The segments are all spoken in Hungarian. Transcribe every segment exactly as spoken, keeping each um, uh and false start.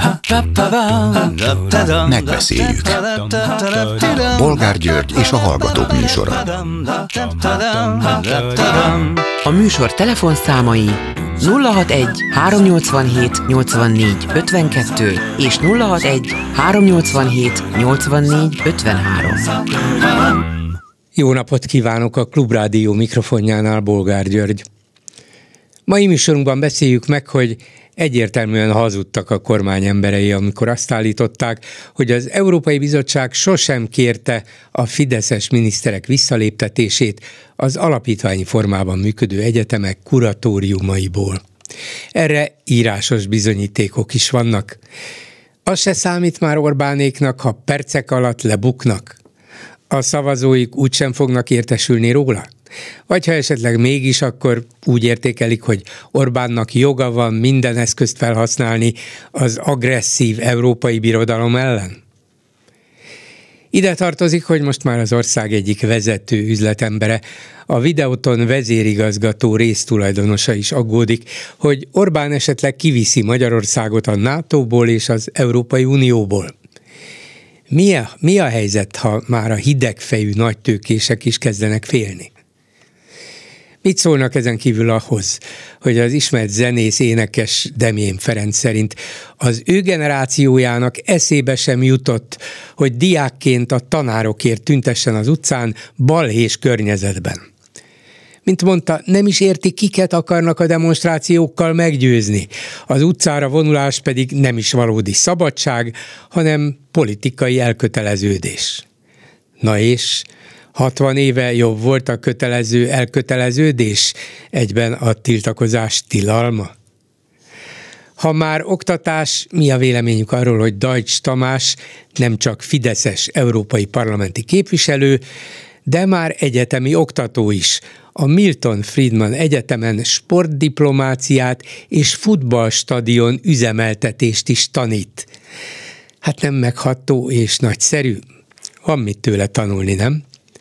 Megbeszéljük. Bolgár György és a Hallgatók műsora. A műsor telefonszámai nulla hatvanegy háromnyolcvanhét nyolcvannégy ötvenkettő és nulla hatvanegy háromnyolcvanhét nyolcvannégy ötvenhárom. Jó napot kívánok, a Klubrádió mikrofonjánál Bolgár György. Mai műsorunkban beszéljük meg, hogy egyértelműen hazudtak a kormány emberei, amikor azt állították, hogy az Európai Bizottság sosem kérte a fideszes miniszterek visszaléptetését az alapítványi formában működő egyetemek kuratóriumaiból. Erre írásos bizonyítékok is vannak. Az se számít már Orbánéknak, ha percek alatt lebuknak. A szavazóik úgysem fognak értesülni róla? Vagy ha esetleg mégis, akkor úgy értékelik, hogy Orbánnak joga van minden eszközt felhasználni az agresszív európai birodalom ellen? Ide tartozik, hogy most már az ország egyik vezető üzletembere, a Videoton vezérigazgató résztulajdonosa is aggódik, hogy Orbán esetleg kiviszi Magyarországot a nátóból és az Európai Unióból. Mi a, mi a helyzet, ha már a hidegfejű nagytőkések is kezdenek félni? Mit szólnak ezen kívül ahhoz, hogy az ismert zenész énekes Demjén Ferenc szerint az ő generációjának eszébe sem jutott, hogy diákként a tanárokért tüntessen az utcán balhés környezetben. Mint mondta, nem is érti, kiket akarnak a demonstrációkkal meggyőzni. Az utcára vonulás pedig nem is valódi szabadság, hanem politikai elköteleződés. Na és hatvan éve jobb volt a kötelező elköteleződés, egyben a tiltakozás tilalma? Ha már oktatás, mi a véleményük arról, hogy Deutsch Tamás nem csak fideszes európai parlamenti képviselő, de már egyetemi oktató is. A Milton Friedman Egyetemen sportdiplomáciát és futballstadion üzemeltetést is tanít. Hát nem megható és nagyszerű? Van mit tőle tanulni, nem?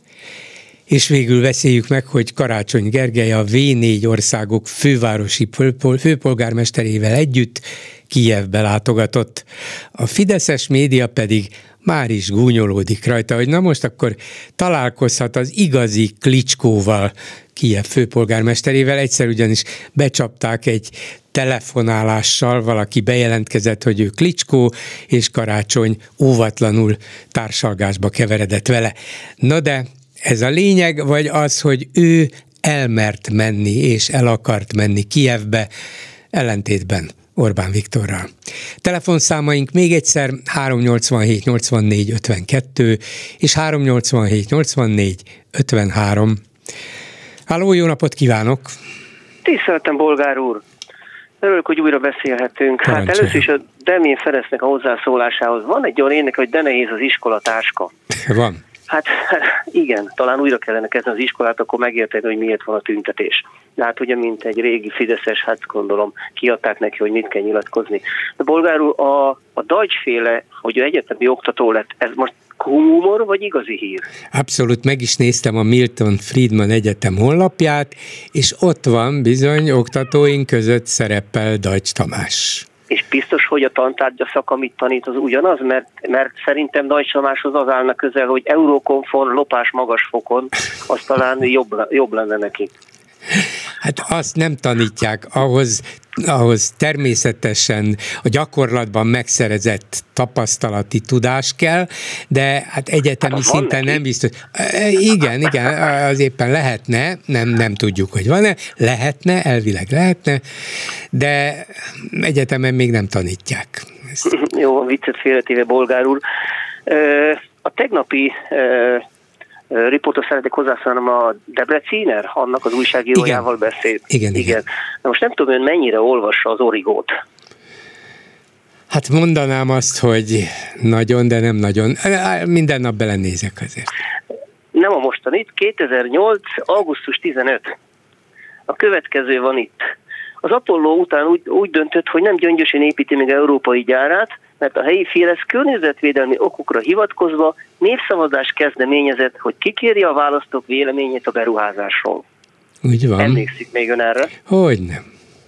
És végül beszéljük meg, hogy Karácsony Gergely a vé négy országok fővárosi főpolgármesterével együtt Kijevbe látogatott. A fideszes média pedig már is gúnyolódik rajta, hogy na most akkor találkozhat az igazi Klicskóval, Kijev főpolgármesterével. Egyszer ugyanis becsapták egy telefonálással, valaki bejelentkezett, hogy ő Klicskó, és Karácsony óvatlanul társalgásba keveredett vele. Na de ez a lényeg, vagy az, hogy ő elmert menni, és el akart menni Kijevbe, ellentétben Orbán Viktorral. Telefonszámaink még egyszer háromnyolcvanhét nyolcvannégy ötvenkettő és háromnyolcvanhét nyolcvannégy ötvenhárom. Halló, jó napot kívánok! Tiszteltem, Bolgár úr! Örülök, hogy újra beszélhetünk. Hát először is a Demjén Ferencnek a hozzászólásához. Van egy olyan ének, hogy de nehéz az iskolatáska. Van. Hát igen, talán újra kellene kezdeni az iskolát, akkor megérteni, hogy miért van a tüntetés. De hát ugye, mint egy régi fideszes, hát gondolom, kiadták neki, hogy mit kell nyilatkozni. De Bolgár úr, a, a Deutsch-féle, hogy ő egyetemi oktató lett, ez most humor vagy igazi hír? Abszolút, meg is néztem a Milton Friedman Egyetem honlapját, és ott van bizony oktatóink között szerepel Deutsch Tamás. És biztos, hogy a tantárgya szak, amit tanít, az ugyanaz, mert, mert szerintem Deutsch Tamáshoz az állna közel, hogy Eurokonform lopás magas fokon, az talán jobb, jobb lenne neki. Hát azt nem tanítják, ahhoz, ahhoz természetesen a gyakorlatban megszerezett tapasztalati tudás kell, de hát egyetemi hát szinten nem biztos. Igen, igen, az éppen lehetne, nem, nem tudjuk, hogy van-e, lehetne, elvileg lehetne, de egyetemen még nem tanítják. Ezt. Jó, viccet félretéve, Bolgár úr. A tegnapi riportot szeretnék hozzászólnom, a Debreciner, annak az újságírójával beszélt. Igen, igen. igen. Na most nem tudom, hogy mennyire olvassa az Origót. Hát mondanám azt, hogy nagyon, de nem nagyon. Minden nap belenézek azért. Nem a mostanit, kétezer-nyolc. augusztus tizenötödike. A következő van itt. Az Apollo után úgy, úgy döntött, hogy nem Gyöngyösön építi meg európai gyárát, mert a helyi Fidesz környezetvédelmi okokra hivatkozva népszavazás kezdeményezett, hogy kikéri a választók véleményét a beruházásról. Úgy van. Emlékszik még ön erre? Hogyne.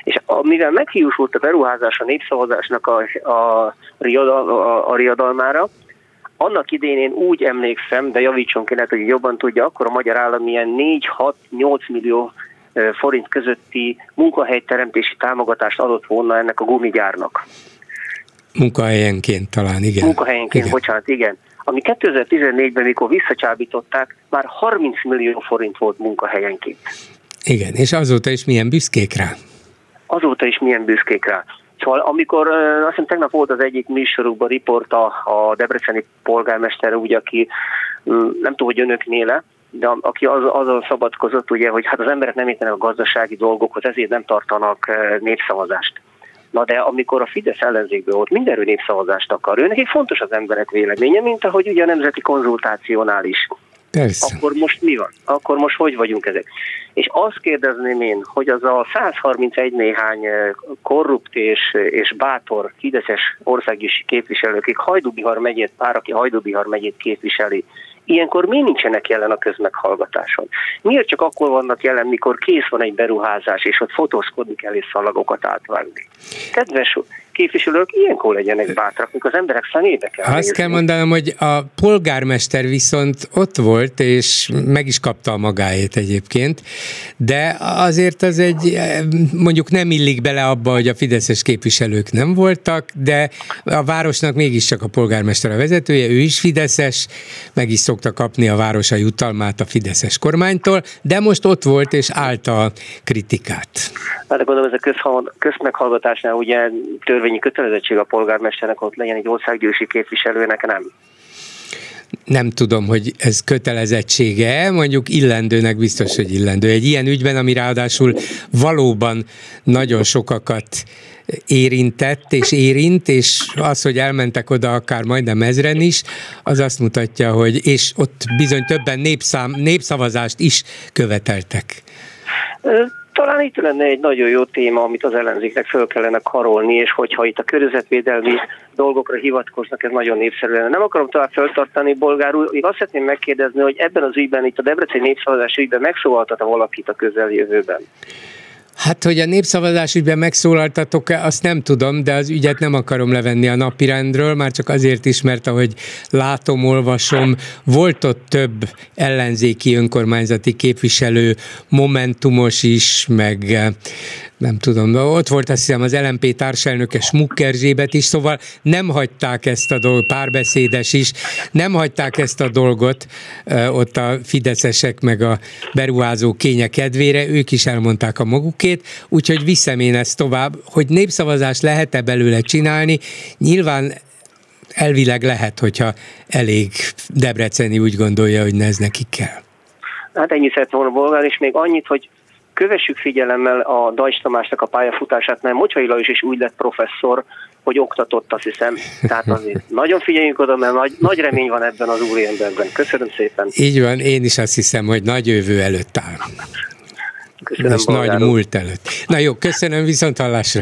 És a, mivel meghiúsult a beruházás a népszavazásnak a, a, riadal, a, a riadalmára, annak idén én úgy emlékszem, de javítson ki, lehet, hogy jobban tudja, akkor a magyar állam ilyen négy-hat-nyolc millió forint közötti munkahelyteremtési támogatást adott volna ennek a gumigyárnak. Munkahelyenként talán, igen. Munkahelyenként, igen. bocsánat, igen. Ami kétezer-tizennégyben, mikor visszacsábították, már harminc millió forint volt munkahelyenként. Igen, és azóta is milyen büszkék rá. Azóta is milyen büszkék rá. Szóval amikor, azt hiszem tegnap volt az egyik műsorukban riport a, a debreceni polgármester, ugye, aki nem tudom, hogy önöknél, de aki az, azon szabadkozott, ugye, hogy hát az emberek nem értenek a gazdasági dolgokhoz, ezért nem tartanak népszavazást. Na de amikor a Fidesz ellenzékből volt, mindenről népszavazást akar. Ő neki fontos az emberek véleménye, mint ahogy ugye a nemzeti konzultációnál is. Persze. Akkor most mi van? Akkor most hogy vagyunk ezek? És azt kérdezném én, hogy az a száz harmincegy néhány korrupt és, és bátor fideszes országgyűlési képviselő, akik Hajdú-Bihar megyét, pár, aki Hajdú-Bihar megyét képviseli, ilyenkor miért nincsenek jelen a közmeghallgatáson? Miért csak akkor vannak jelen, mikor kész van egy beruházás, és ott fotózkodni kell és szalagokat átvágni? Kedves képviselők, ilyenkor legyenek bátrak, mikor az emberek szemébe kell Azt nézni. Kell mondanom, hogy a polgármester viszont ott volt, és meg is kapta a magáét egyébként, de azért az egy, mondjuk nem illik bele abba, hogy a fideszes képviselők nem voltak, de a városnak mégiscsak a polgármester a vezetője, ő is fideszes, meg is szokta kapni a városa jutalmát a fideszes kormánytól, de most ott volt, és állt a kritikát. Hát gondolom, ez a közmeghallgatásnál ugye törvényi kötelezettség a polgármesternek, ott legyen egy országgyűlési képviselőnek, nem? Nem tudom, hogy ez kötelezettsége, mondjuk illendőnek biztos, hogy illendő. Egy ilyen ügyben, ami ráadásul valóban nagyon sokakat érintett és érint, és az, hogy elmentek oda akár majdnem ezren is, az azt mutatja, hogy, és ott bizony többen népszám, népszavazást is követeltek. Talán itt lenne egy nagyon jó téma, amit az ellenzéknek föl kellene karolni, és hogyha itt a környezetvédelmi dolgokra hivatkoznak, ez nagyon népszerű lenne. Nem akarom tovább föltartani, bolgár úr, én azt szeretném megkérdezni, hogy ebben az ügyben, itt a debreceni népszavazás ügyben megszólaltat-e valakit a közeljövőben? Hát, hogy a népszavazás ügyben megszólaltatok-e, azt nem tudom, de az ügyet nem akarom levenni a napirendről, már csak azért is, mert ahogy látom, olvasom, volt ott több ellenzéki önkormányzati képviselő, momentumos is, meg nem tudom, ott volt azt hiszem az el em pé társelnöke Smuk Erzsébet is, szóval nem hagyták ezt a dolgot, Párbeszédes is, nem hagyták ezt a dolgot ott a fideszesek meg a beruházó kénye kedvére, ők is elmondták a magukét, úgyhogy viszem én ezt tovább, hogy népszavazást lehet-e belőle csinálni, nyilván elvileg lehet, hogyha elég debreceni úgy gondolja, hogy ne ez neki kell. Hát ennyi szeret volna, bolgár, és még annyit, hogy kövessük figyelemmel a Dajcs Tamásnak a pályafutását, mert Mocsai Lajos is úgy lett professzor, hogy oktatott, azt hiszem. Tehát azért nagyon figyeljünk oda, mert nagy, nagy remény van ebben az úriemberben. Köszönöm szépen. Így van, én is azt hiszem, hogy nagy jövő előtt áll. Köszönöm, és nagy múlt előtt. Na jó, köszönöm, viszont hallásra.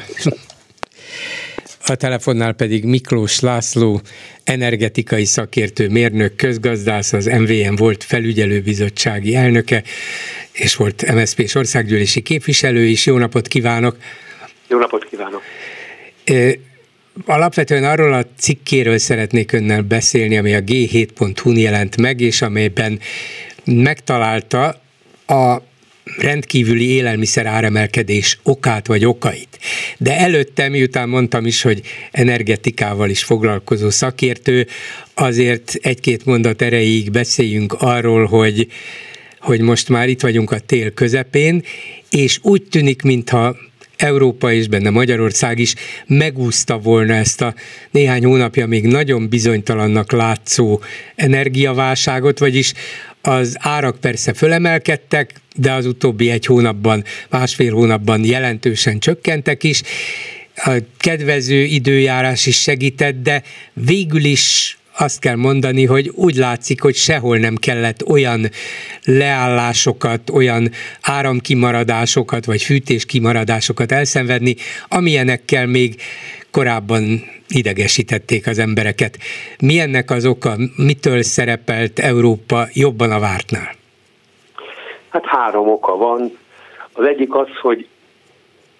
A telefonnál pedig Miklós László, energetikai szakértő, mérnök, közgazdász, az em vé em volt felügyelőbizottsági elnöke, és volt em es zé pés országgyűlési képviselő is. Jó napot kívánok! Jó napot kívánok! Alapvetően arról a cikkéről szeretnék önnel beszélni, ami a gé hét pont hu-n jelent meg, és amelyben megtalálta a rendkívüli élelmiszer áremelkedés okát vagy okait. De előtte, miután mondtam is, hogy energetikával is foglalkozó szakértő, azért egy-két mondat erejéig beszéljünk arról, hogy, hogy most már itt vagyunk a tél közepén, és úgy tűnik, mintha Európa és benne Magyarország is megúszta volna ezt a néhány hónapja még nagyon bizonytalannak látszó energiaválságot, vagyis az árak persze fölemelkedtek, de az utóbbi egy hónapban, másfél hónapban jelentősen csökkentek is. A kedvező időjárás is segített, de végül is azt kell mondani, hogy úgy látszik, hogy sehol nem kellett olyan leállásokat, olyan áramkimaradásokat, vagy fűtéskimaradásokat elszenvedni, amilyenekkel még korábban idegesítették az embereket. Mi ennek az oka? Mitől szerepelt Európa jobban a vártnál? Hát három oka van. Az egyik az, hogy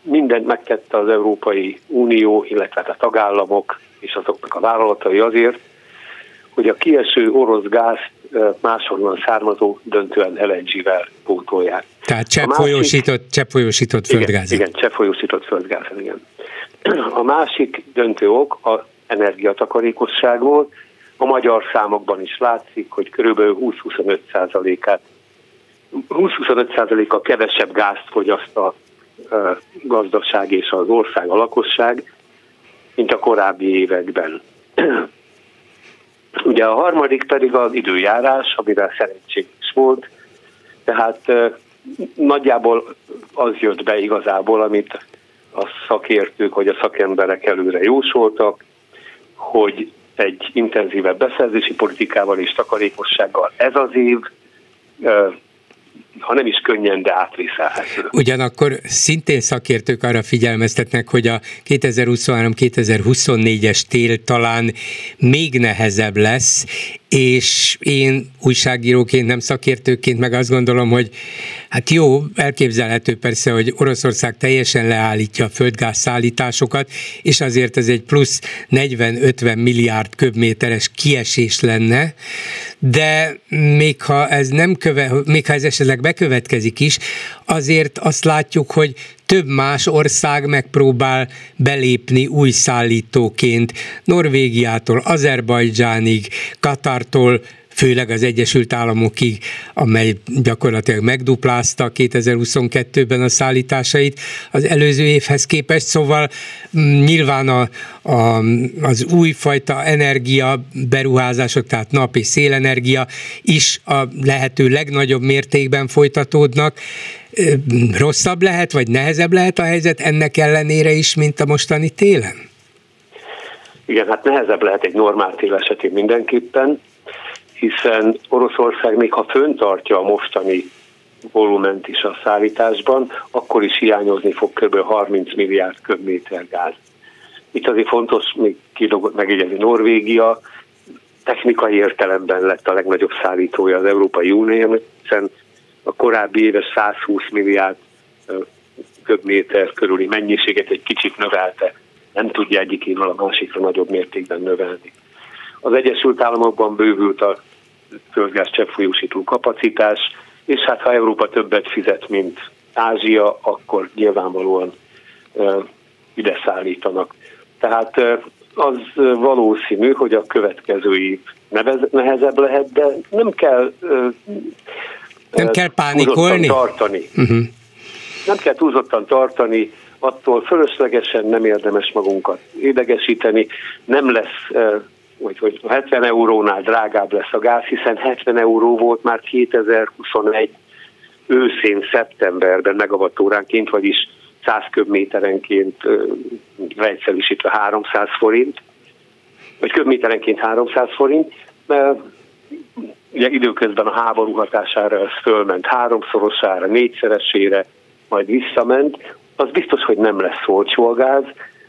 mindent megtette az Európai Unió, illetve a tagállamok és azoknak a vállalatai azért, hogy a kieső orosz gázt máshonnan származó döntően el en gé-vel pótolják. Tehát cseppfolyósított, cseppfolyósított földgáz. Igen, igen, cseppfolyósított földgáz, igen. A másik döntő ok az energiatakarékosságból. A magyar számokban is látszik, hogy körülbelül húsz-huszonöt százalékát húsz-huszonöt százaléka kevesebb gázt fogyaszt a gazdaság és az ország, a lakosság, mint a korábbi években. Ugye a harmadik pedig az időjárás, amivel szerencség is volt, tehát nagyjából az jött be igazából, amit a szakértők vagy a szakemberek előre jósoltak, hogy egy intenzívebb beszerzési politikával és takarékossággal ez az év, ha nem is könnyen, de átvészelhető. Ugyanakkor szintén szakértők arra figyelmeztetnek, hogy a kétezer-huszonhárom kétezer-huszonnégyes tél talán még nehezebb lesz, és én újságíróként, nem szakértőként meg azt gondolom, hogy hát jó, elképzelhető persze, hogy Oroszország teljesen leállítja a földgáz szállításokat, és azért ez egy plusz negyven-ötven milliárd köbméteres kiesés lenne, de még ha ez nem köve, még ha ez esetleg bekövetkezik is, azért azt látjuk, hogy több más ország megpróbál belépni új szállítóként, Norvégiától, Azerbajdzsánig, Katartól, főleg az Egyesült Államokig, amely gyakorlatilag megduplázta kétezer-huszonkettőben a szállításait az előző évhez képest, szóval nyilván a, a, az újfajta energia beruházások, tehát nap- és szélenergia is a lehető legnagyobb mértékben folytatódnak. Rosszabb lehet, vagy nehezebb lehet a helyzet ennek ellenére is, mint a mostani télen? Igen, hát nehezebb lehet egy normál tél esetén mindenképpen, hiszen Oroszország még ha föntartja a mostani volument is a szállításban, akkor is hiányozni fog kb. harminc milliárd köbméter gáz. Itt azért fontos még két dolgot megjegyezni. Norvégia technikai értelemben lett a legnagyobb szállítója az Európai Uniónak, hiszen a korábbi éves százhúsz milliárd köbméter körüli mennyiséget egy kicsit növelte. Nem tudja egyik évvel a másikra nagyobb mértékben növelni. Az Egyesült Államokban bővült a földgáz cseppfolyósító kapacitás, és hát ha Európa többet fizet, mint Ázsia, akkor nyilvánvalóan uh, ide szállítanak. Tehát uh, az valószínű, hogy a következő év nevez, nehezebb lehet, de nem kell uh, nem uh, kell pánikolni? Tartani. Uh-huh. Nem kell túlzottan tartani, attól fölöslegesen nem érdemes magunkat idegesíteni, nem lesz uh, Hogy, hogy hetven eurónál drágább lesz a gáz, hiszen hetven euró volt már kétezer-huszonegy őszén, szeptemberben megawattóránként, vagyis száz köbméterenként leegyszerűsítve háromszáz forint, vagy köbméterenként háromszáz forint, mert ugye időközben a háború hatására ez fölment háromszorosára, négyszeresére, majd visszament. Az biztos, hogy nem lesz olcsó a gáz.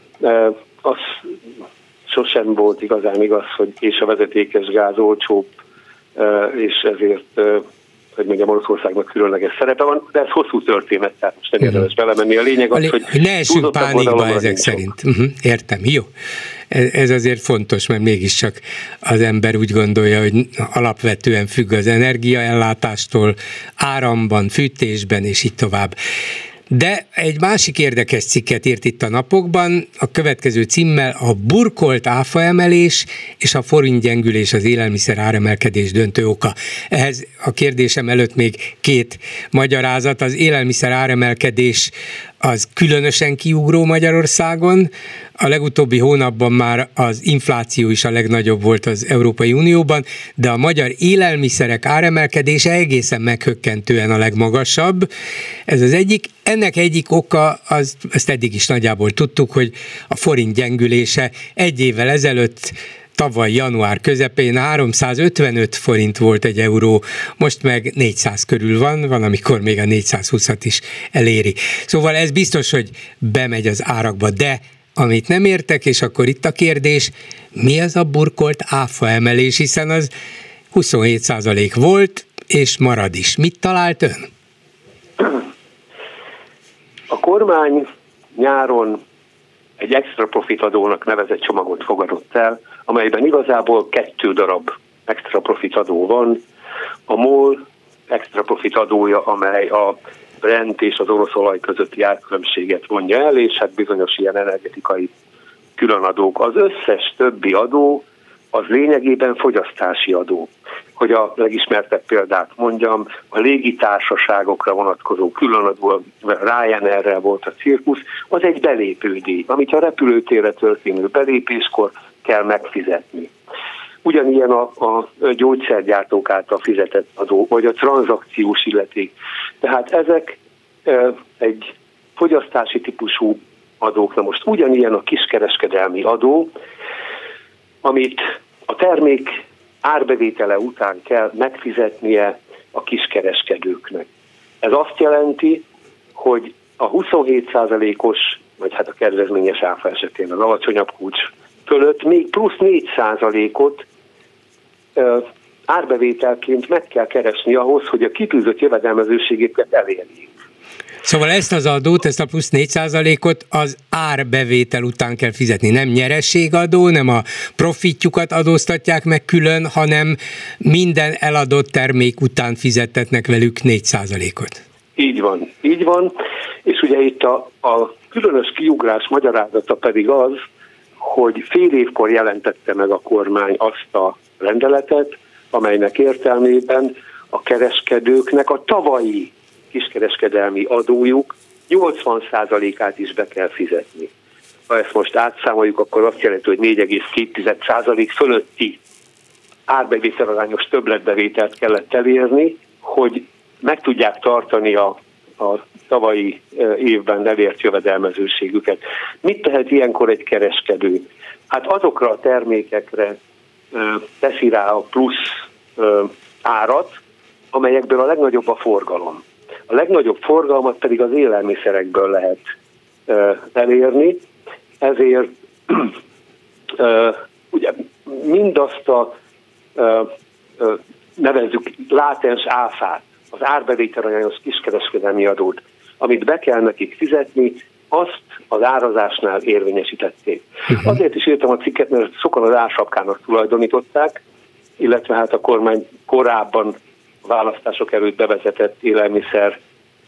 Az sosem volt igazán igaz, hogy és a vezetékes gáz olcsóbb, és ezért, hogy mondjam, Oroszországnak különleges szerepe van, de ez hosszú történet, tehát most nem érdemes belemenni. A lényeg az, hogy... Ne essünk pánikba ezek szerint. Uh-huh, értem, jó. Ez azért fontos, mert mégiscsak az ember úgy gondolja, hogy alapvetően függ az energiaellátástól, áramban, fűtésben, és így tovább. De egy másik érdekes cikket írt itt a napokban, a következő címmel: a burkolt áfaemelés és a forintgyengülés az élelmiszer áremelkedés döntő oka. Ehhez a kérdésem előtt még két magyarázat. Az élelmiszer áremelkedés az különösen kiugró Magyarországon. A legutóbbi hónapban már az infláció is a legnagyobb volt az Európai Unióban, de a magyar élelmiszerek áremelkedése egészen meghökkentően a legmagasabb. Ez az egyik. Ennek egyik oka, az, ezt eddig is nagyjából tudtuk, hogy a forint gyengülése. Egy évvel ezelőtt, tavaly január közepén háromszázötvenöt forint volt egy euró, most meg négyszáz körül van, van, amikor még a négyszázhúszat is eléri. Szóval ez biztos, hogy bemegy az árakba, de amit nem értek, és akkor itt a kérdés, mi az a burkolt áfa emelés, hiszen az huszonhét százalék volt, és marad is. Mit talált ön? A kormány nyáron egy extra profit adónak nevezett csomagot fogadott el, amelyben igazából kettő darab extra profit adó van. A MOL extra profit adója, amely a Brent és az orosz olaj közötti árkülönbséget vonja el, és hát bizonyos ilyen energetikai különadók. Az összes többi adó az lényegében fogyasztási adó. Hogy a legismertebb példát mondjam, a légitársaságokra vonatkozó különadó, Ryanairrel volt a cirkusz, az egy belépődíj, amit a repülőtérre történő belépéskor kell megfizetni. Ugyanilyen a, a gyógyszergyártók által fizetett adó, vagy a tranzakciós illeték. Tehát ezek e, egy fogyasztási típusú adók. Na most ugyanilyen a kiskereskedelmi adó, amit a termék árbevétele után kell megfizetnie a kiskereskedőknek. Ez azt jelenti, hogy a huszonhét százalékos, vagy hát a kedvezményes áfa esetén az alacsonyabb kulcs fölött még plusz négy százalékot ö, árbevételként meg kell keresni ahhoz, hogy a kitűzött jövedelmezőségeket elérjék. Szóval ezt az adót, ezt a plusz négy százalékot az árbevétel után kell fizetni. Nem nyerességadó, nem a profitjukat adóztatják meg külön, hanem minden eladott termék után fizettetnek velük négy százalékot. Így van, így van. És ugye itt a, a különös kiugrás magyarázata pedig az, hogy fél évkor jelentette meg a kormány azt a rendeletet, amelynek értelmében a kereskedőknek a tavalyi kiskereskedelmi adójuk nyolcvan százalékát is be kell fizetni. Ha ezt most átszámoljuk, akkor azt jelenti, hogy négy egész két százalék fölötti árbevételarányos többletbevételt kellett elérni, hogy meg tudják tartani a, a tavalyi évben elért jövedelmezőségüket. Mit tehet ilyenkor egy kereskedő? Hát azokra a termékekre teszi rá a plusz árat, amelyekből a legnagyobb a forgalom. A legnagyobb forgalmat pedig az élelmiszerekből lehet uh, elérni, ezért uh, ugye mindazt a uh, uh, nevezzük látens áfát, az árbevételarányos kiskereskedelmi adót, amit be kell nekik fizetni, azt az árazásnál érvényesítették. Uh-huh. Azért is írtam a cikket, mert sokan az ársapkának tulajdonították, illetve hát a kormány korábban választások előtt bevezetett élelmiszer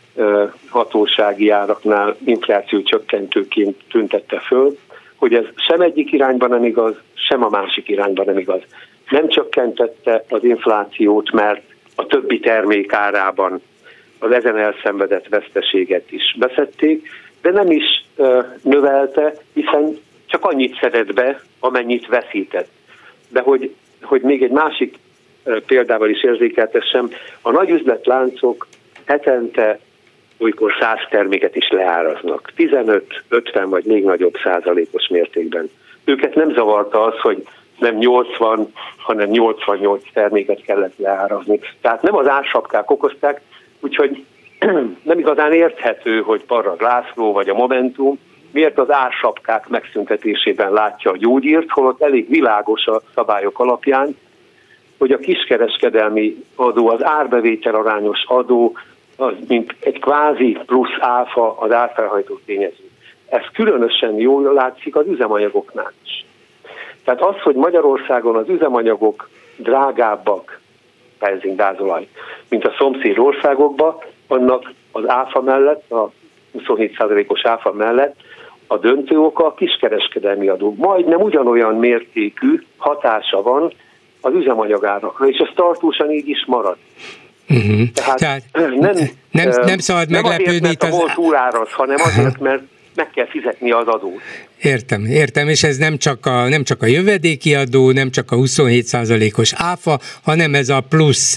hatósági áraknál infláció csökkentőként tüntette föl, hogy ez sem egyik irányban nem igaz, sem a másik irányban nem igaz. Nem csökkentette az inflációt, mert a többi termék árában az ezen elszenvedett veszteséget is beszedték, de nem is növelte, hiszen csak annyit szedett be, amennyit veszített. De hogy, hogy még egy másik példával is érzékeltessem, a nagy üzletláncok hetente olykor száz terméket is leáraznak. tizenöt, ötven vagy még nagyobb százalékos mértékben. Őket nem zavarta az, hogy nem nyolcvan, hanem nyolcvannyolc terméket kellett leárazni. Tehát nem az ársapkák okozták, úgyhogy nem igazán érthető, hogy Parrag László vagy a Momentum miért az ársapkák megszüntetésében látja a gyógyírt, holott elég világos a szabályok alapján, hogy a kiskereskedelmi adó, az árbevétel arányos adó, az mint egy kvázi plusz áfa az árfelhajtó tényező. Ez különösen jól látszik az üzemanyagoknál is. Tehát az, hogy Magyarországon az üzemanyagok drágábbak, benzin, gázolaj, mint a szomszéd országokban, annak az áfa mellett, a huszonhét százalékos áfa mellett a döntő oka a kiskereskedelmi adó. Majdnem ugyanolyan mértékű hatása van az üzemanyagárakra, és ez tartósan így is marad. Uh-huh. Tehát, Tehát nem, nem, nem szabad nem meglepődni. Azért, mert a MOL túláraz, hanem azért, mert meg kell fizetni az adót. Értem, értem, és ez nem csak a, nem csak a jövedéki adó, nem csak a huszonhét százalékos áfa, hanem ez a plusz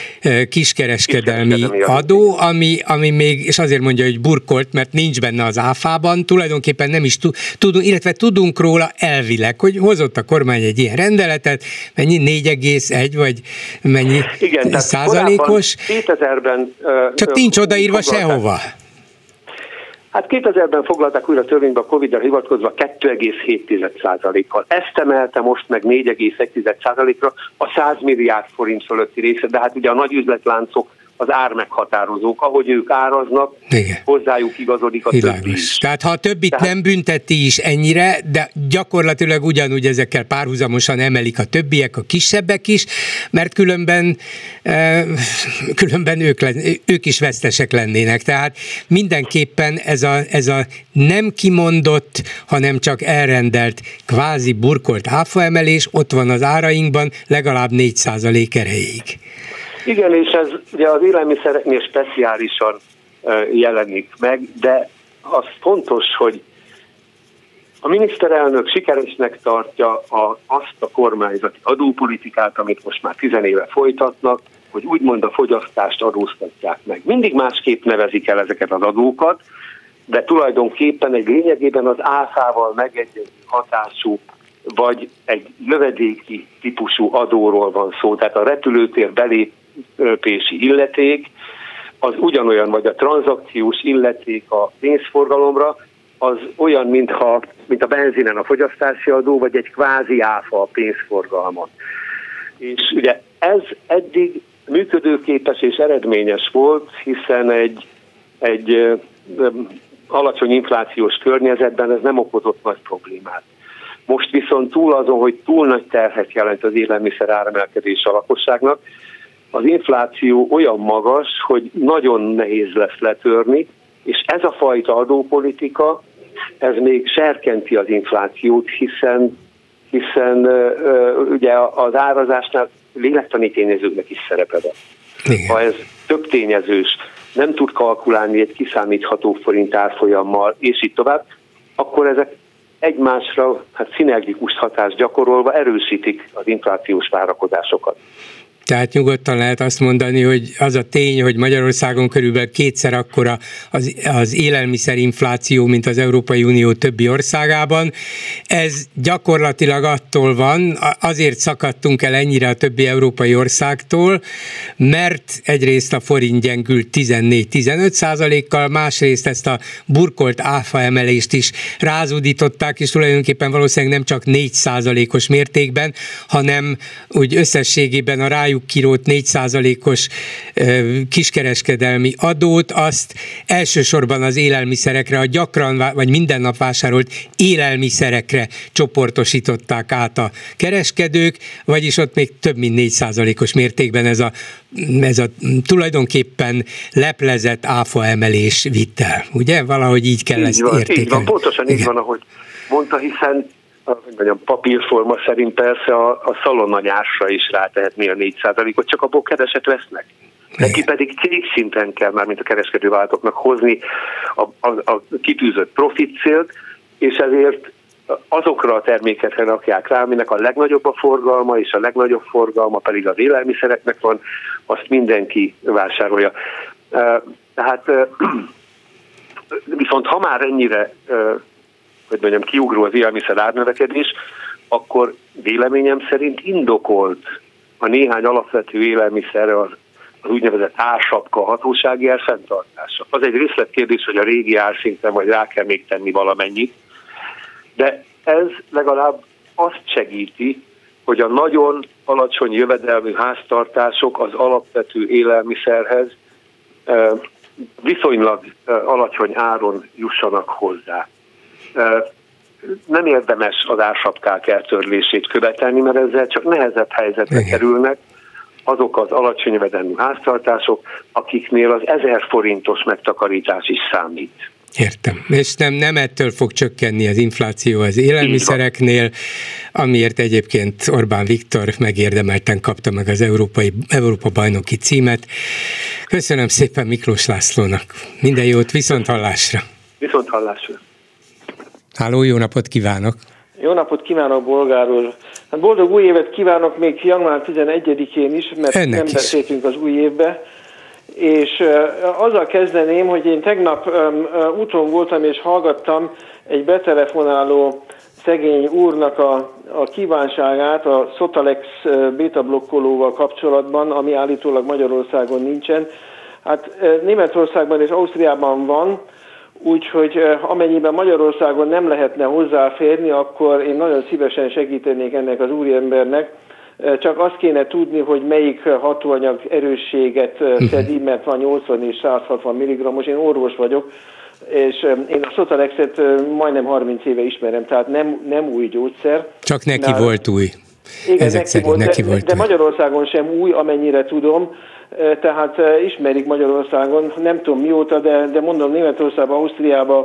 kiskereskedelmi, kiskereskedelmi adó, ami, ami még, és azért mondja, hogy burkolt, mert nincs benne az áfában, tulajdonképpen nem is tudunk, illetve tudunk róla elvileg, hogy hozott a kormány egy ilyen rendeletet, mennyi négy egész egy vagy mennyi igen, százalékos. kétezerben csak nincs odaírva sehova. Hát kétezerben foglalták újra a törvénybe a Covid-ra hivatkozva kettő egész hét százalékkal. Ezt emelte most meg négy egész egy százalékra a száz milliárd forint fölötti része, de hát ugye a nagy üzletláncok az ármeghatározók, ahogy ők áraznak, igen, hozzájuk igazodik a Világos. többi is. Tehát ha a többit Tehát... nem bünteti is ennyire, de gyakorlatilag ugyanúgy ezekkel párhuzamosan emelik a többiek, a kisebbek is, mert különben, eh, különben ők, ők is vesztesek lennének. Tehát mindenképpen ez a, ez a nem kimondott, hanem csak elrendelt, kvázi burkolt áfaemelés ott van az árainkban legalább négy százalék erejéig. Igen, és ez ugye az élelmiszereknél speciálisan jelenik meg, de az fontos, hogy a miniszterelnök sikeresnek tartja a, azt a kormányzati adópolitikát, amit most már tizenéve folytatnak, hogy úgymond a fogyasztást adóztatják meg. Mindig másképp nevezik el ezeket az adókat, de tulajdonképpen egy lényegében az áfával megegyező hatású, vagy egy lövedéki típusú adóról van szó. Tehát a repülőtér belépési illeték, az ugyanolyan, vagy a tranzakciós illeték a pénzforgalomra, az olyan, mintha, mint a benzinen a fogyasztási adó, vagy egy kvázi áfa a pénzforgalmon. És ugye ez eddig működőképes és eredményes volt, hiszen egy, egy alacsony inflációs környezetben ez nem okozott nagy problémát. Most viszont túl azon, hogy túl nagy terhet jelent az élelmiszer áremelkedés a lakosságnak, az infláció olyan magas, hogy nagyon nehéz lesz letörni, és ez a fajta adópolitika, ez még serkenti az inflációt, hiszen, hiszen uh, ugye az árazásnál lélektani tényezőknek is szerepe van. Ha ez több tényezős, nem tud kalkulálni egy kiszámítható forint árfolyammal, és így tovább, akkor ezek egymásra hát szinergikus hatást gyakorolva erősítik az inflációs várakozásokat. Tehát nyugodtan lehet azt mondani, hogy az a tény, hogy Magyarországon körülbelül kétszer akkora az, az élelmiszerinfláció, mint az Európai Unió többi országában, ez gyakorlatilag attól van, azért szakadtunk el ennyire a többi európai országtól, mert egyrészt a forint gyengült tizennégy-tizenöt százalékkal, másrészt ezt a burkolt áfa emelést is rázudították, és tulajdonképpen valószínűleg nem csak négy százalékos mértékben, hanem úgy összességében a rájuk kirót négy százalékos kiskereskedelmi adót, azt elsősorban az élelmiszerekre, a gyakran vagy minden nap vásárolt élelmiszerekre csoportosították át a kereskedők, vagyis ott még több mint négy százalékos mértékben ez a, ez a tulajdonképpen leplezett áfa emelés vitt el. Ugye? Valahogy így kell így ezt van, értékelni. Így van, pontosan így van, ahogy mondta, hiszen a papírforma szerint persze a, a szalonnanyásra is rátehetné a négy százalékot, csak abból keveset vesznek. Neki pedig cégszinten kell már, mint a kereskedővállalatoknak hozni a, a, a kitűzött profit célt, és ezért azokra a termékekre rakják rá, aminek a legnagyobb a forgalma, és a legnagyobb forgalma pedig az élelmiszereknek van, azt mindenki vásárolja. Tehát viszont ha már ennyire hogy mondjam, kiugró az élelmiszer árnövekedés, akkor véleményem szerint indokolt a néhány alapvető élelmiszerre az, az úgynevezett ársapka hatósági ár fenntartása. Az egy részletkérdés, hogy a régi árszinten vagy rá kell még tenni valamennyit, de ez legalább azt segíti, hogy a nagyon alacsony jövedelmű háztartások az alapvető élelmiszerhez viszonylag alacsony áron jussanak hozzá. Nem érdemes az ársapkák eltörlését követelni, mert ezzel csak nehezebb helyzetbe Igen. kerülnek azok az alacsony jövedelmű háztartások, akiknél az ezer forintos megtakarítás is számít. Értem. És nem, nem ettől fog csökkenni az infláció az élelmiszereknél, amiért egyébként Orbán Viktor megérdemelten kapta meg az Európai, Európa bajnoki címet. Köszönöm szépen Miklós Lászlónak. Minden jót, viszont hallásra. Viszont hallásra. Háló, jó napot kívánok! Jó napot kívánok, Bolgár úr! Hát boldog új évet kívánok még január tizenegyedikén is, mert Ennek nem is. beszéltünk az új évbe. És uh, azzal kezdeném, hogy én tegnap um, uh, úton voltam és hallgattam egy betelefonáló szegény úrnak a, a kívánságát a Sotalex uh, bétablokkolóval kapcsolatban, ami állítólag Magyarországon nincsen. Hát uh, Németországban és Ausztriában van, úgyhogy amennyiben Magyarországon nem lehetne hozzáférni, akkor én nagyon szívesen segítenék ennek az úriembernek. csak azt kéne tudni, hogy melyik hatóanyag erősséget szedi, mert van nyolcvan és száz hatvan milligrammos, én orvos vagyok, és én a Sotalexet majdnem harminc éve ismerem, tehát nem, nem új gyógyszer. Csak neki Nál... volt új. Igen, Ezek neki volt, neki de, volt de Magyarországon sem új, amennyire tudom, tehát ismerik Magyarországon, nem tudom mióta, de, de mondom Németországban, Ausztriában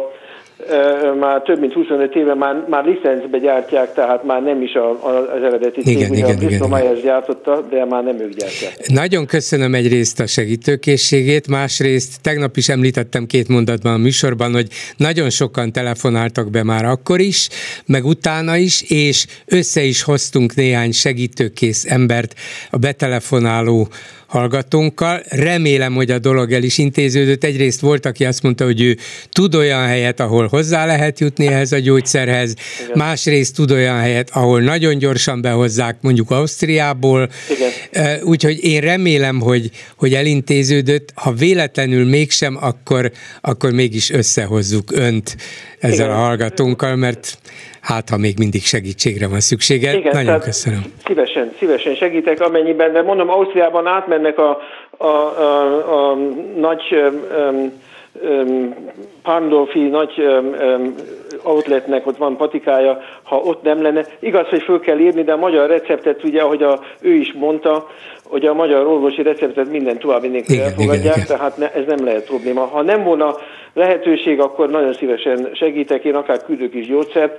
már több mint huszonöt éve már, már licencbe gyártják, tehát már nem is a, a, az eredeti cég, igen, ugye igen, a Bristol Myers gyártotta, de már nem ők gyártják. Nagyon köszönöm egyrészt a segítőkészségét, másrészt tegnap is említettem két mondatban a műsorban, hogy nagyon sokan telefonáltak be már akkor is, meg utána is, és össze is hoztunk néhány segítőkész embert a betelefonáló hallgatónkkal. Remélem, hogy a dolog el is intéződött. Egyrészt volt, aki azt mondta, hogy ő tud olyan helyet, ahol hozzá lehet jutni ehhez a gyógyszerhez, igen. Másrészt tud olyan helyet, ahol nagyon gyorsan behozzák, mondjuk Ausztriából. Igen. Úgyhogy én remélem, hogy, hogy elintéződött. Ha véletlenül mégsem, akkor, akkor mégis összehozzuk önt ezzel igen. a hallgatónkkal, mert hát, ha még mindig segítségre van szüksége. Igen, nagyon köszönöm. Szívesen, szívesen segítek, amennyiben, de mondom, Ausztriában átmennek a, a, a, a nagy um, um, Pandolfi nagy um, outletnek, ott van patikája, ha ott nem lenne. Igaz, hogy föl kell írni, de a magyar receptet, ugye, ahogy a, ő is mondta, hogy a magyar orvosi receptet minden további nélkül elfogadják, igen, tehát ne, ez nem lehet probléma. Ha nem volna lehetőség, akkor nagyon szívesen segítek, én akár küldök is gyógyszert,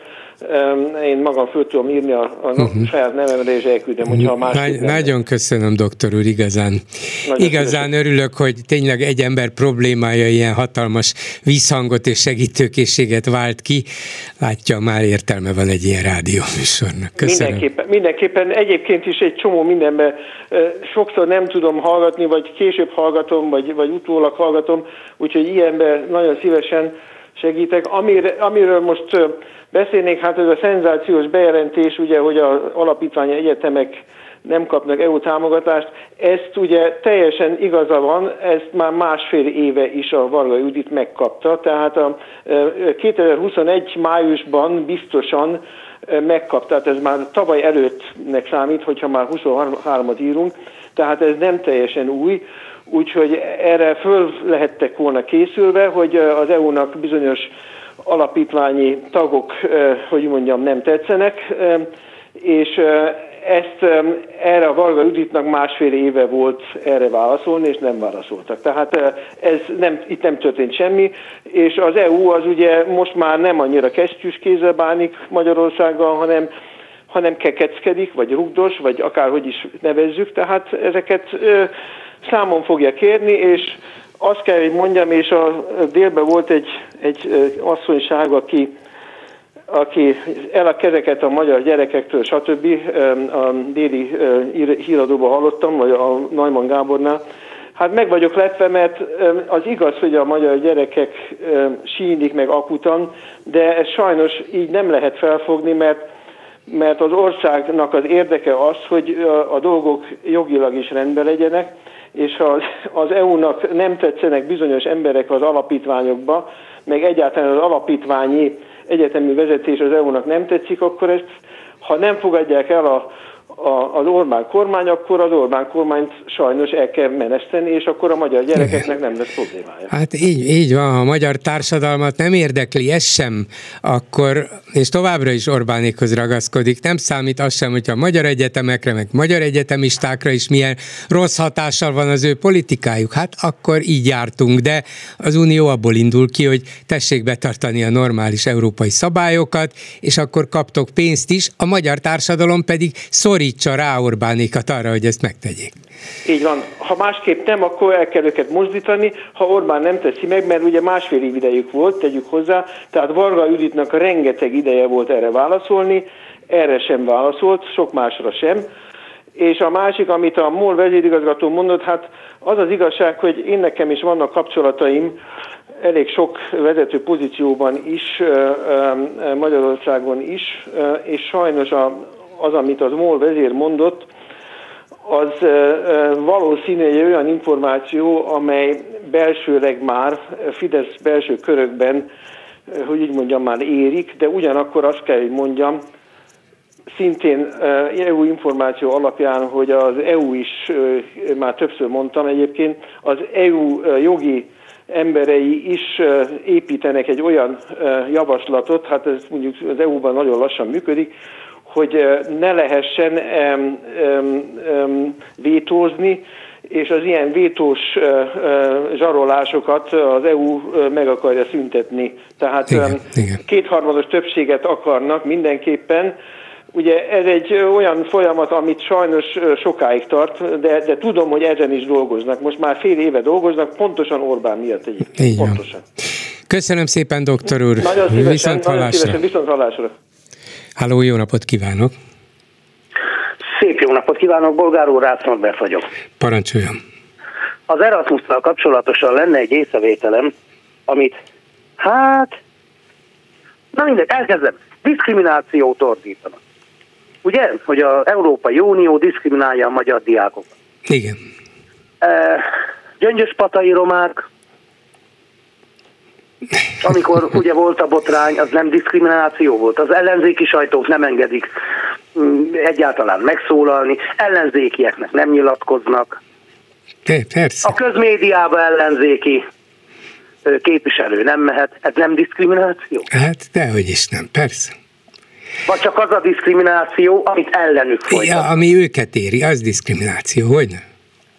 én magam föl tudom írni a, a uh-huh. saját nevemre, és elküldem, hogyha a másik Nagy, Nagyon köszönöm, doktor úr, igazán. Nagyon igazán szívesen. Örülök, hogy tényleg egy ember problémája ilyen hatalmas vízhangot és segítőkészséget vált ki. Látja, már értelme van egy ilyen rádióműsornak. Köszönöm. Mindenképpen, mindenképpen egyébként is egy csomó mindenben sokszor nem tudom hallgatni, vagy később hallgatom, vagy, vagy utólag hallgatom, úgyhogy ilyenben nagyon szívesen segítek. Amire, amiről most beszélnék, hát ez a szenzációs bejelentés, ugye, hogy az alapítványi egyetemek nem kapnak é u támogatást, ezt ugye teljesen igaza van, ezt már másfél éve is a Varga Judit megkapta, tehát a kétezer-huszonegy májusban biztosan megkapta, tehát ez már tavaly előttnek számít, hogyha már huszonhármat írunk, tehát ez nem teljesen új, úgyhogy erre föl lehettek volna készülve, hogy az é u-nak bizonyos alapítványi tagok, hogy mondjam, nem tetszenek, és ezt erre a Varga Juditnak másfél éve volt erre válaszolni, és nem válaszoltak. Tehát ez nem, itt nem történt semmi, és az é u az ugye most már nem annyira kesztyűs kézzel bánik Magyarországgal, hanem, hanem kekeckedik, vagy rugdos, vagy akárhogy is nevezzük, tehát ezeket számon fogja kérni, és azt kell, hogy mondjam, és a délben volt egy, egy asszonyság, aki, aki el a kezeket a magyar gyerekektől, stb. A déli híradóban hallottam, vagy a Neumann Gábornál. Hát meg vagyok lepve, mert az igaz, hogy a magyar gyerekek sínik meg akutan, de ez sajnos így nem lehet felfogni, mert, mert az országnak az érdeke az, hogy a, a dolgok jogilag is rendben legyenek, és ha az é u-nak nem tetszenek bizonyos emberek az alapítványokba, meg egyáltalán az alapítványi egyetemi vezetés az é u-nak nem tetszik, akkor ezt, ha nem fogadják el a, a, az Orbán kormány, akkor az Orbán kormányt sajnos el kell meneszteni, és akkor a magyar gyerekeknek nem lesz problémája. Hát így, így van, ha a magyar társadalmat nem érdekli, ez sem, akkor, és továbbra is Orbánékhoz ragaszkodik, nem számít az sem, hogyha a magyar egyetemekre, meg magyar egyetemistákra is milyen rossz hatással van az ő politikájuk, hát akkor így jártunk, de az Unió abból indul ki, hogy tessék betartani a normális európai szabályokat, és akkor kaptok pénzt is, a magyar társadalom pedig szorítsa rá Orbánékat arra, hogy ezt megtegyék. Így van. Ha másképp nem, akkor el kell őket mozdítani, ha Orbán nem teszi meg, mert ugye másfél év idejük volt, tegyük hozzá, tehát Varga Juditnak rengeteg ideje volt erre válaszolni, erre sem válaszolt, sok másra sem. És a másik, amit a MOL vezérigazgató mondott, hát az az igazság, hogy én nekem is vannak kapcsolataim, elég sok vezető pozícióban is, Magyarországon is, és sajnos az, amit az MOL vezér mondott, az valószínű egy olyan információ, amely belsőleg már Fidesz belső körökben, hogy így mondjam, már érik, de ugyanakkor azt kell, hogy mondjam, szintén é u információ alapján, hogy az é u is, már többször mondtam egyébként, az é u jogi emberei is építenek egy olyan javaslatot, hát ez mondjuk az é u-ban nagyon lassan működik, hogy ne lehessen um, um, um, vétózni, és az ilyen vétós uh, uh, zsarolásokat az é u uh, meg akarja szüntetni. Tehát igen, um, igen. kétharmados többséget akarnak mindenképpen. Ugye ez egy olyan folyamat, amit sajnos sokáig tart, de, de tudom, hogy ezen is dolgoznak. Most már fél éve dolgoznak, pontosan Orbán miatt egyébként. Pontosan. Köszönöm szépen, doktor úr. Nagyon szívesen, viszont nagyon szívesen, viszont hallásra. Halló, jó napot kívánok! Szép jó napot kívánok, Bolgár úr, Rácz Norbert vagyok. Parancsoljon! Az Erasmusszal kapcsolatosan lenne egy észrevételem, amit, hát, na mindegy, elkezdem. Diszkriminációt ordítanak. Ugye, hogy az Európai Unió diszkriminálja a magyar diákokat. Igen. E, Gyöngyöspatai romák, amikor ugye volt a botrány, az nem diszkrimináció volt. Az ellenzéki sajtók nem engedik egyáltalán megszólalni, ellenzékieknek nem nyilatkoznak. De, persze. A közmédiában ellenzéki képviselő nem mehet, ez nem diszkrimináció? Hát dehogy is nem, persze. Vagy csak az a diszkrimináció, amit ellenük folytat. Ja, ami őket éri, az diszkrimináció, hogy nem?